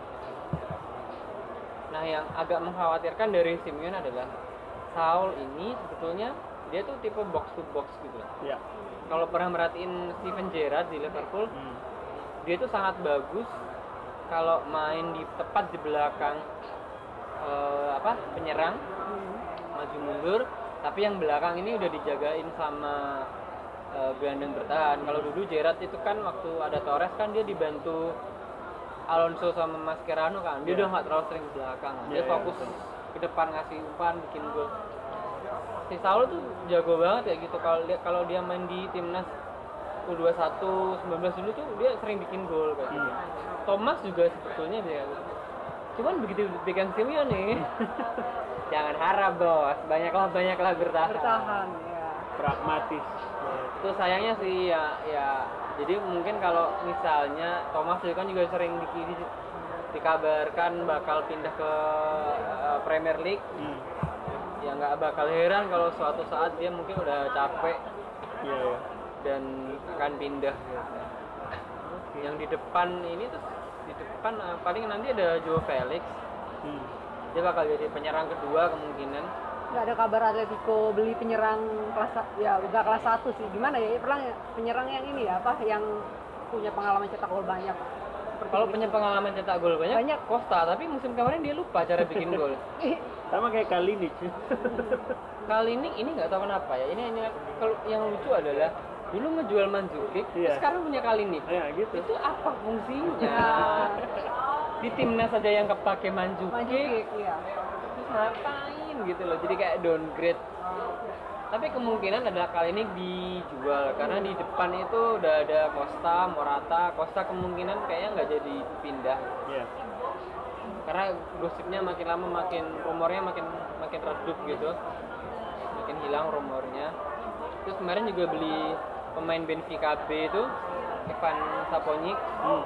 Nah yang agak mengkhawatirkan dari Simeone adalah Saul ini sebetulnya dia tuh tipe box to box gitu. Iya. Kalau pernah merhatiin Steven Gerrard di Liverpool, dia tuh sangat bagus kalau main tepat di belakang penyerang, maju mundur, tapi yang belakang ini udah dijagain sama gelandang bertahan. Kalau dulu Gerrard itu kan waktu ada Torres kan dia dibantu Alonso sama Mascherano kan, dia udah nggak terlalu sering di belakang, dia fokus ke depan ngasih umpan, bikin gol. Si Saul tuh jago banget ya gitu, kalau dia main di timnas U21 19 dulu tuh dia sering bikin gol kayak gitu. Thomas juga sebetulnya dia. Cuman begitu dipegang Simeone nih. Jangan harap bos, banyaklah bertahan. Bertahan ya. Pragmatis. Itu sayangnya sih ya. Jadi mungkin kalau misalnya Thomas itu kan juga sering dikabarkan bakal pindah ke Premier League. Ya nggak bakal heran kalau suatu saat dia mungkin udah capek. Iya. Dan akan pindah. Yang di depan ini tuh paling nanti ada Joao Felix. Dia bakal jadi penyerang kedua kemungkinan. Nggak ada kabar Atletico beli penyerang udah kelas 1 sih. Gimana ya? Penyerang yang ini ya, yang punya pengalaman cetak gol banyak. Kalau punya pengalaman cetak gol banyak Costa, tapi musim kemarin dia lupa cara bikin gol. Sama kayak Kalinic. Kalinic ini nggak tahu kenapa ya. Ini kalau yang lucu adalah dulu ngejual Mandzukic, sekarang punya Kalinic. Ya, gitu. Itu apa fungsinya? Di timnas saja yang kepake Mandzukic. Iya. Terus ngapain gitu loh, jadi kayak downgrade. Tapi kemungkinan adalah kali ini dijual karena di depan itu udah ada Costa kemungkinan kayaknya nggak jadi pindah. Iya. Karena gosipnya makin lama rumornya makin redup gitu, makin hilang rumornya. Terus kemarin juga beli pemain Benfica B itu Ivan Saponic.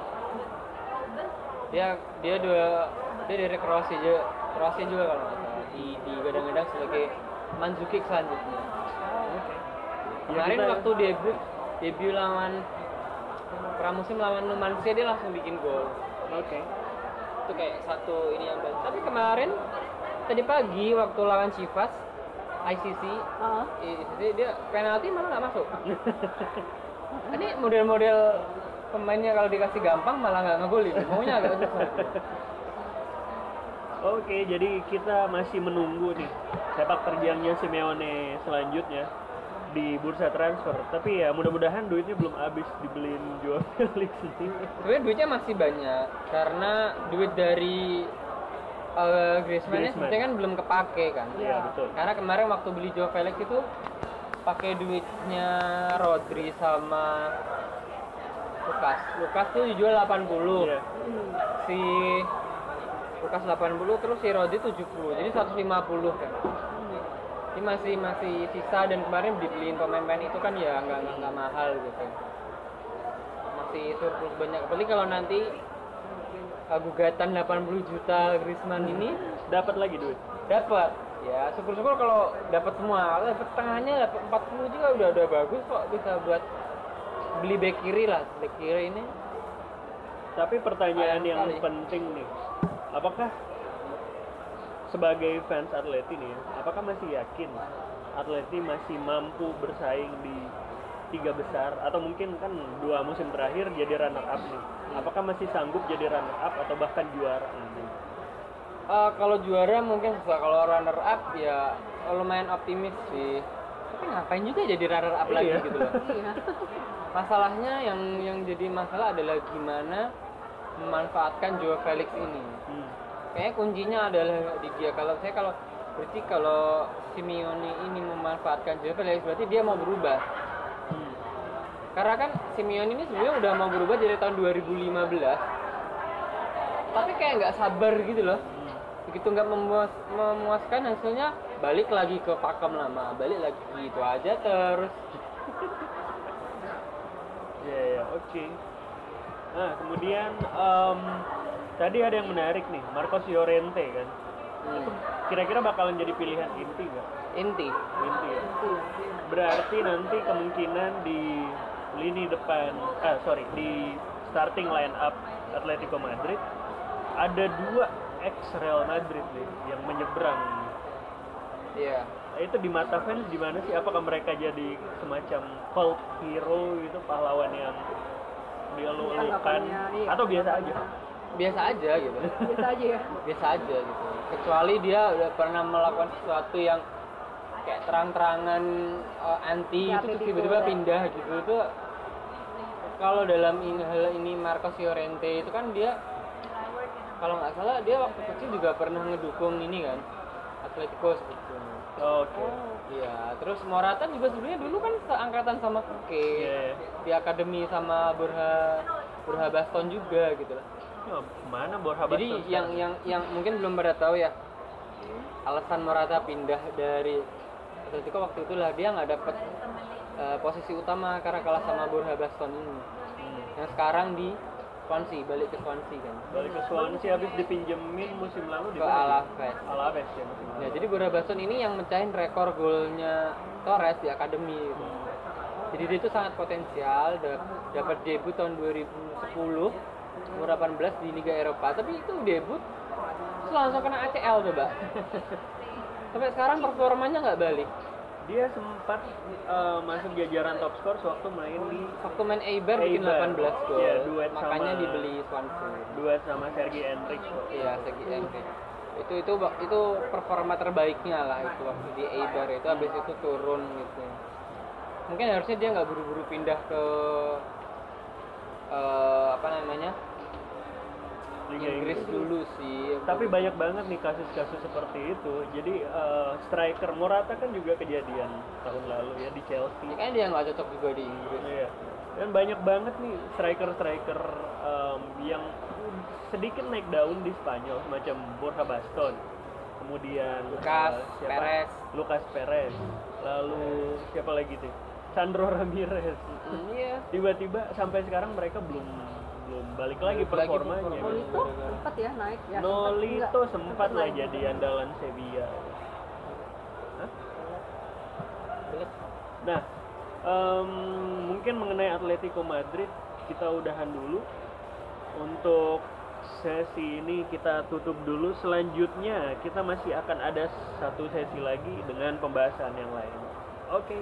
Dia dari Kroasia juga kalau nggak salah, digadang-gadang sebagai Mandzukic selanjutnya. Kemarin waktu debut lawan pramusim lawan Numancia dia langsung bikin gol. Itu kayak satu ini yang baru. Tapi kemarin tadi pagi waktu lawan Chivas ICC dia penalti malah nggak masuk. Ini model-model pemainnya kalau dikasih gampang malah nggak ngegolin, maunya agak susah. Oke, jadi kita masih menunggu nih sepak terjangnya Simeone selanjutnya. di bursa transfer. Tapi ya mudah-mudahan duitnya belum habis dibeliin Joao Felix ini. Sebenarnya duitnya masih banyak karena duit dari Griezmann sebetulnya kan belum kepake kan. Iya, betul. Karena kemarin waktu beli Joao Felix itu pakai duitnya Rodri sama Lukas tuh dijual 80. Iya. Si Lukas 80 terus si Rodri 70. Jadi 150 kan. Ini masih sisa dan kemarin dibeliin pemain-pemain itu kan ya nggak mahal gitu. Masih surplus banyak. Apalagi kalau nanti gugatan 80 juta Griezmann ini Dapat lagi duit. dapat. Ya, syukur-syukur kalau dapat semua. Kalau dapat tengahnya dapat 40 juga udah bagus kok, bisa buat beli back kiri lah. Back kiri ini. Tapi pertanyaan Sayang yang sekali. penting nih, apakah sebagai fans Atleti nih, apakah masih yakin Atleti masih mampu bersaing di 3 besar atau mungkin kan 2 musim terakhir jadi runner up nih? Apakah masih sanggup jadi runner up atau bahkan juara nanti? Kalau juara mungkin susah, kalau runner up ya lumayan optimis sih. Tapi ngapain juga jadi runner up lagi Iya. gitu loh. Iya. Masalahnya yang jadi masalah adalah gimana memanfaatkan Joao Felix ini. Kayaknya kuncinya adalah di dia. Kalau Simeone ini memanfaatkan Joao Felix berarti dia mau berubah. Karena kan Simeone ini sebenarnya udah mau berubah dari tahun 2015. Tapi kayak nggak sabar gitu loh. Begitu nggak memuaskan hasilnya, balik lagi ke pakem lama, balik lagi gitu aja terus. Ya, oke. Nah, kemudian tadi ada yang menarik nih, Marcos Llorente kan. Kira-kira bakalan jadi pilihan inti nggak? Inti. Inti ya. Berarti nanti kemungkinan di lini depan, di starting line up Atletico Madrid ada 2 ex Real Madrid nih yang menyeberang. Iya. Itu di mata fans gimana sih? Apakah mereka jadi semacam cult hero gitu, pahlawan yang dielu-elukan Iya. atau biasa aja? Biasa aja gitu. Biasa aja ya. Biasa aja gitu. Kecuali dia udah pernah melakukan sesuatu yang kayak terang-terangan anti Ya, itu terus kayak tiba-tiba gitu, ya. pindah gitu itu. Kalau dalam hal ini Marcos Llorente itu kan dia kalau nggak salah dia waktu kecil juga pernah ngedukung ini kan Atletico sebetulnya. Oke. Iya, terus Morata juga sebenarnya dulu kan seangkatan sama Koke. Iya. Di akademi sama Borja Baston juga gitu lah. Oh, mana Borja Jadi Bastos yang mungkin belum pada tahu ya, alasan Morata pindah dari Atletico waktu itu lah dia nggak dapat posisi utama karena kalah sama Borja Baston ini. Yang sekarang di Swansea, balik ke Swansea kan. balik ke Swansea habis dipinjemin musim lalu di Ke mana? Alaves. Alaves ya musim lalu. Nah, jadi Borja Baston ini yang mecahin rekor golnya Torres di akademi gitu. Jadi dia itu sangat potensial, dapat debut tahun 2010, umur 18 di Liga Eropa. Tapi itu debut, terus langsung kena ACL coba. Sampai sekarang performanya nggak balik. Dia sempat masuk jajaran top skor sewaktu main di Waktu main Eibar bikin Eibar. 18 gol, Iya, duet makanya sama- dibeli Swansea. duet sama Sergi Enrique. Iya, segi MT. Itu performa terbaiknya lah itu waktu di Eibar itu, habis itu turun gitu. Mungkin harusnya dia nggak buru-buru pindah ke Liga Inggris Inggris. dulu sih. Tapi banyak banget nih kasus-kasus seperti itu. Jadi striker Morata kan juga kejadian tahun lalu ya di Chelsea. Kayaknya dia nggak cocok juga di Inggris. Iya. Dan banyak banget nih striker-striker yang sedikit naik daun di Spanyol, semacam Borja Baston, kemudian Lucas Perez, lalu siapa lagi tuh? Sandro Ramirez. Iya. Tiba-tiba sampai sekarang mereka belum balik lagi performanya. performanya. Nolito sempat ya naik ya. Nolito sempat lah jadi andalan Sevilla. Hah? Nah, mungkin mengenai Atletico Madrid kita udahan dulu. Untuk sesi ini kita tutup dulu. Selanjutnya kita masih akan ada satu sesi lagi dengan pembahasan yang lain. Oke.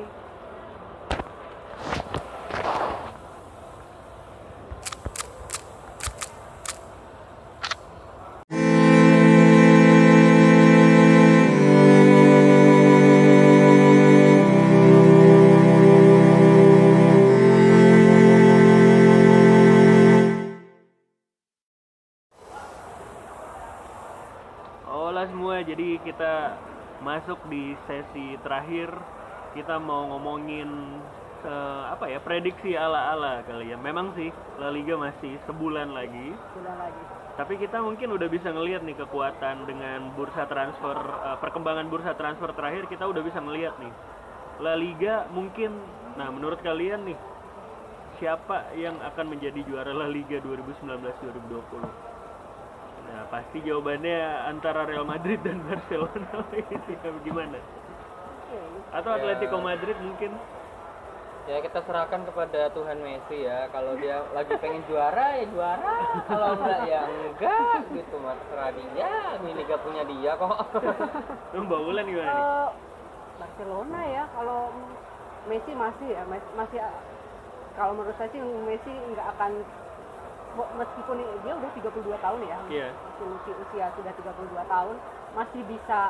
masuk di sesi terakhir. Kita mau ngomongin prediksi ala-ala kali ya. Memang sih La Liga masih sebulan lagi. Tapi kita mungkin udah bisa ngelihat nih kekuatan dengan bursa transfer, perkembangan bursa transfer terakhir kita udah bisa ngelihat nih. La Liga mungkin, nah menurut kalian nih, siapa yang akan menjadi juara La Liga 2019-2020? Nah pasti jawabannya antara Real Madrid dan Barcelona. Gimana? Atau Atletico Madrid mungkin? Ya kita serahkan kepada Tuhan Messi ya. Kalau dia lagi pengen juara ya juara, kalau enggak ya enggak gitu. Terserah dia, ini liga punya dia kok. Lu Mbak Wulan gimana nih? Barcelona ya, kalau Messi masih kalau menurut saya sih Messi nggak akan, meskipun dia udah 32 tahun ya, usia sudah 32 tahun, masih bisa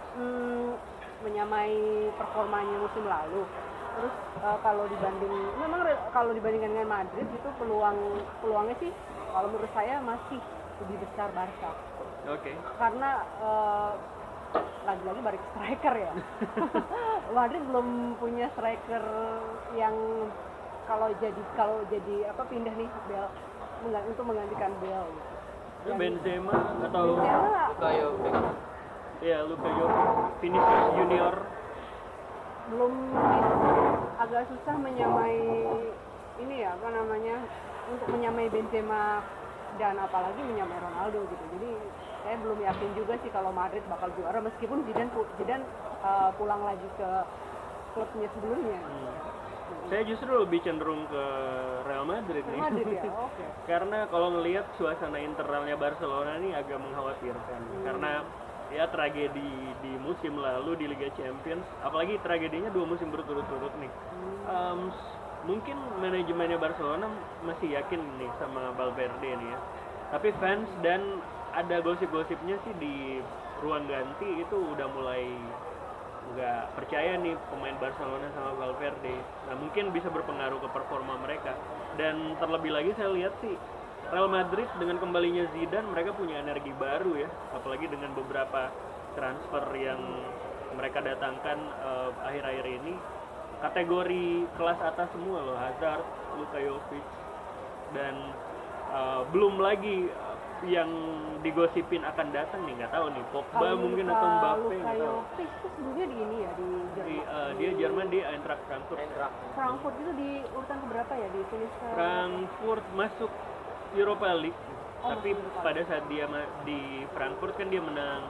menyamai performanya musim lalu. Terus kalau dibandingkan dengan Madrid itu peluangnya sih kalau menurut saya masih lebih besar Barca. Oke. Karena lagi-lagi balik striker ya. Madrid belum punya striker yang kalau jadi pindah nih Bale untuk menggantikan Bale gitu. Benzema atau Luka Jovic. Ya, Luka Jovic, Vinicius Junior belum, agak susah menyamai ini ya, untuk menyamai Benzema dan apalagi menyamai Ronaldo gitu. Jadi saya belum yakin juga sih kalau Madrid bakal juara meskipun Zidane pulang lagi ke klubnya sebelumnya. Saya justru lebih cenderung ke Real Madrid nih. Madrid ya, oke. Karena kalau ngelihat suasana internalnya Barcelona ini agak mengkhawatirkan. Karena ya tragedi di musim lalu di Liga Champions, apalagi tragedinya 2 musim berturut-turut nih. Mungkin manajemennya Barcelona masih yakin nih sama Valverde nih ya. Tapi fans dan ada gosip-gosipnya sih di ruang ganti itu udah mulai nggak percaya nih pemain Barcelona sama Valverde. Nah mungkin bisa berpengaruh ke performa mereka. Dan terlebih lagi saya lihat sih Real Madrid dengan kembalinya Zidane mereka punya energi baru ya, apalagi dengan beberapa transfer yang mereka datangkan akhir-akhir ini, kategori kelas atas semua loh, Hazard, Luka Jovic, dan belum lagi yang digosipin akan datang nih, nggak tahu nih, Pogba mungkin atau Mbappe. Luka Jovic itu sebelumnya di ini ya, di Jerman. Dia Jerman di Eintracht Frankfurt. Frankfurt itu di urutan keberapa ya, di finish Frankfurt masuk Europa League, tapi pada saat dia di Frankfurt kan dia menang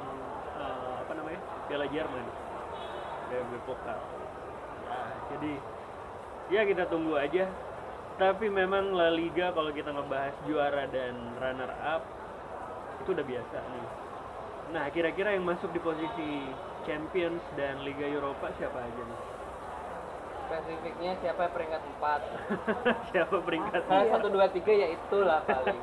Piala Jerman, DFB Pokal. Nah, jadi ya kita tunggu aja. Tapi memang La Liga kalau kita ngebahas juara dan runner up itu udah biasa nih. Nah kira-kira yang masuk di posisi Champions dan Liga Eropa siapa aja nih? Spesifiknya siapa peringkat 4? Siapa peringkat 4? 1, 2, 3 ya itulah paling.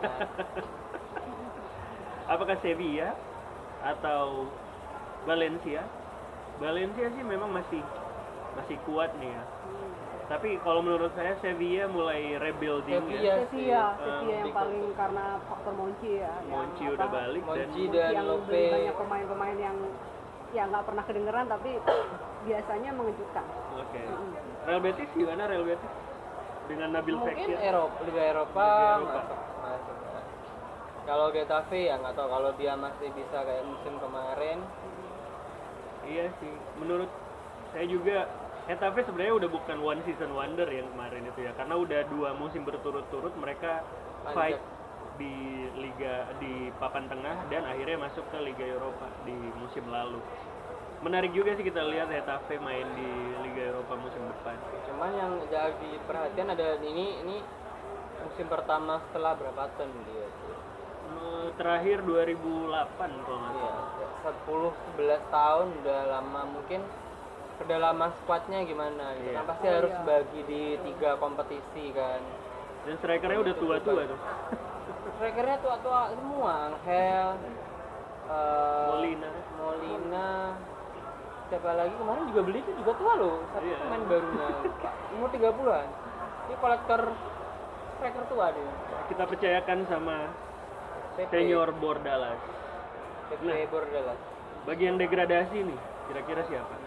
Apakah Sevilla atau Valencia? Valencia sih memang masih kuat nih ya. Tapi kalau menurut saya Sevilla mulai rebuilding. Sevilla yang paling karena faktor Monchi ya. Monchi udah balik dan yang Lope. beli banyak pemain-pemain yang ya nggak pernah kedengeran tapi biasanya mengejutkan. Oke. Real Betis gimana Real Betis? Dengan Nabil Fekir? Mungkin Liga Eropa. Masuk. Kalau Getafe ya nggak tahu, kalau dia masih bisa kayak musim kemarin. Iya sih, menurut saya juga Getafe sebenarnya udah bukan one season wonder yang kemarin itu ya, karena udah 2 musim berturut-turut mereka fight di liga di papan tengah dan akhirnya masuk ke Liga Eropa di musim lalu. Menarik juga sih kita lihat Getafe main di Liga Eropa musim depan. Cuman yang jadi perhatian ada ini musim pertama setelah berapa tahun dia? Terakhir 2008 kalau nggak salah. Iya, 10-11 tahun udah lama, mungkin kedalaman squadnya gimana gitu kan pasti harus bagi di 3 kompetisi kan. Dan strikernya udah tua-tua tuh. Strikernya tua-tua semua, Angel, Molina, siapa lagi kemarin juga beli itu juga tua loh, satu pemain barunya, umur 30-an. Ini kolektor striker tua dia. Kita percayakan sama Senior Bordalas. Bordalas. Bagi yang degradasi nih, Kira-kira siapa?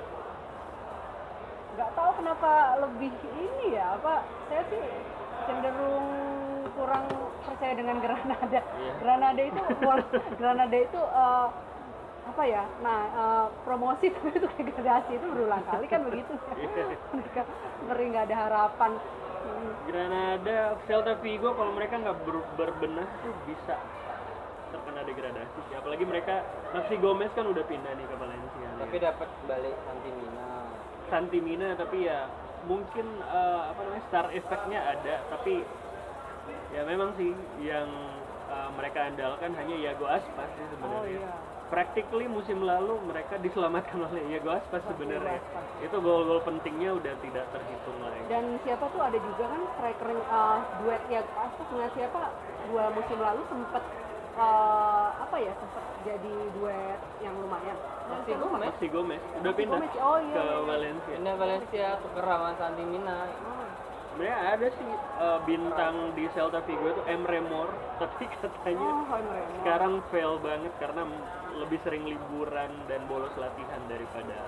Nggak tahu kenapa lebih ini ya, apa, saya sih cenderung kurang percaya dengan Granada. Iya. Granada itu apa ya, promosi tapi itu degradasi itu berulang kali kan begitu. Mereka ngeri, nggak ada harapan. Granada, Celta Vigo kalau mereka nggak berbenah tuh bisa terkena degradasi sih. Apalagi mereka, Maxi Gomez kan udah pindah nih ke Valencia. Tapi dapat balik Santimina, tapi ya mungkin star effect-nya ada, tapi ya memang sih yang mereka andalkan hanya Iago Aspas sih sebenarnya. Oh, iya. Practically musim lalu mereka diselamatkan oleh Iago Aspas sebenarnya. Itu gol-gol pentingnya udah tidak terhitung lagi. Dan siapa tuh ada juga kan striker duet Iago Aspas dengan siapa 2 musim lalu sempat sempat jadi duet yang lumayan. Maxi Gomez udah pindah ke Valencia. Pindah Valencia tuker sama Santimina. Sebenarnya ada sih bintang di Celta Vigo itu Emre Mor, tapi katanya sekarang fail banget karena lebih sering liburan dan bolos latihan daripada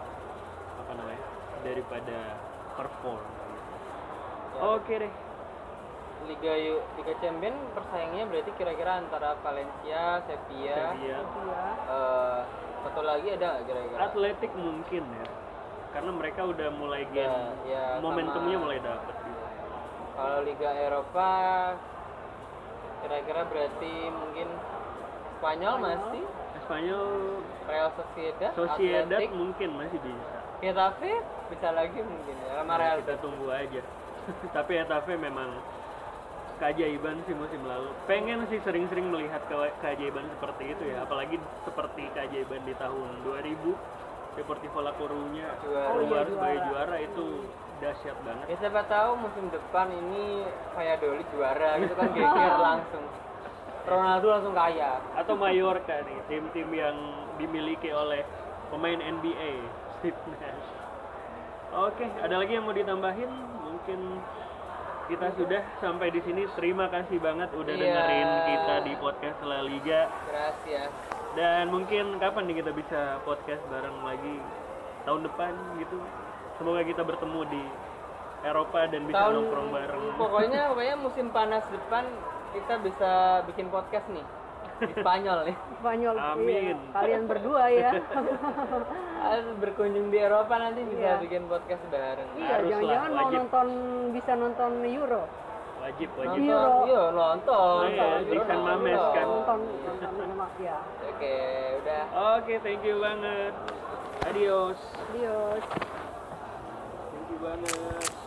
perform. Ya. Oke deh. Liga Champions persaingannya berarti kira-kira antara Valencia, Sevilla. Satu lagi ada nggak kira-kira? Atletik mungkin ya, karena mereka udah mulai momentumnya mulai dapet gitu. Kalau Liga Eropa kira-kira berarti mungkin Spanyol masih. Spanyol, Real Sociedad Atletik mungkin masih bisa. Getafe bisa lagi mungkin ya sama Real. Kita tunggu aja. Tapi Getafe memang keajaiban sih musim lalu. Pengen sih sering-sering melihat keajaiban seperti itu ya, apalagi seperti keajaiban di tahun 2000 Deportivo La Coruña keluar sebagai juara itu dahsyat banget. Ya siapa tahu musim depan ini Valladolid juara gitu kan geger langsung. Ronaldo langsung kaya. Atau Mallorca nih, tim-tim yang dimiliki oleh pemain NBA, Steve Nash. Oke, ada lagi yang mau ditambahin? Mungkin kita sudah sampai di sini. Terima kasih banget udah dengerin kita di podcast La Liga. Gracias. Dan mungkin kapan nih kita bisa podcast bareng lagi? Tahun depan gitu. Semoga kita bertemu di Eropa dan bisa nongkrong bareng. Pokoknya musim panas depan kita bisa bikin podcast nih di Spanyol nih. Spanyol. Amin. Iya. Kalian berdua ya. Harus berkunjung di Eropa nanti bisa bikin podcast bareng. Iya, jangan-jangan mau bisa nonton Euro. Wajib. Iya, nonton. Di San Mames kan. Nonton ya. Oke, udah. Oke, thank you banget. Adios. Adios. Thank you banget.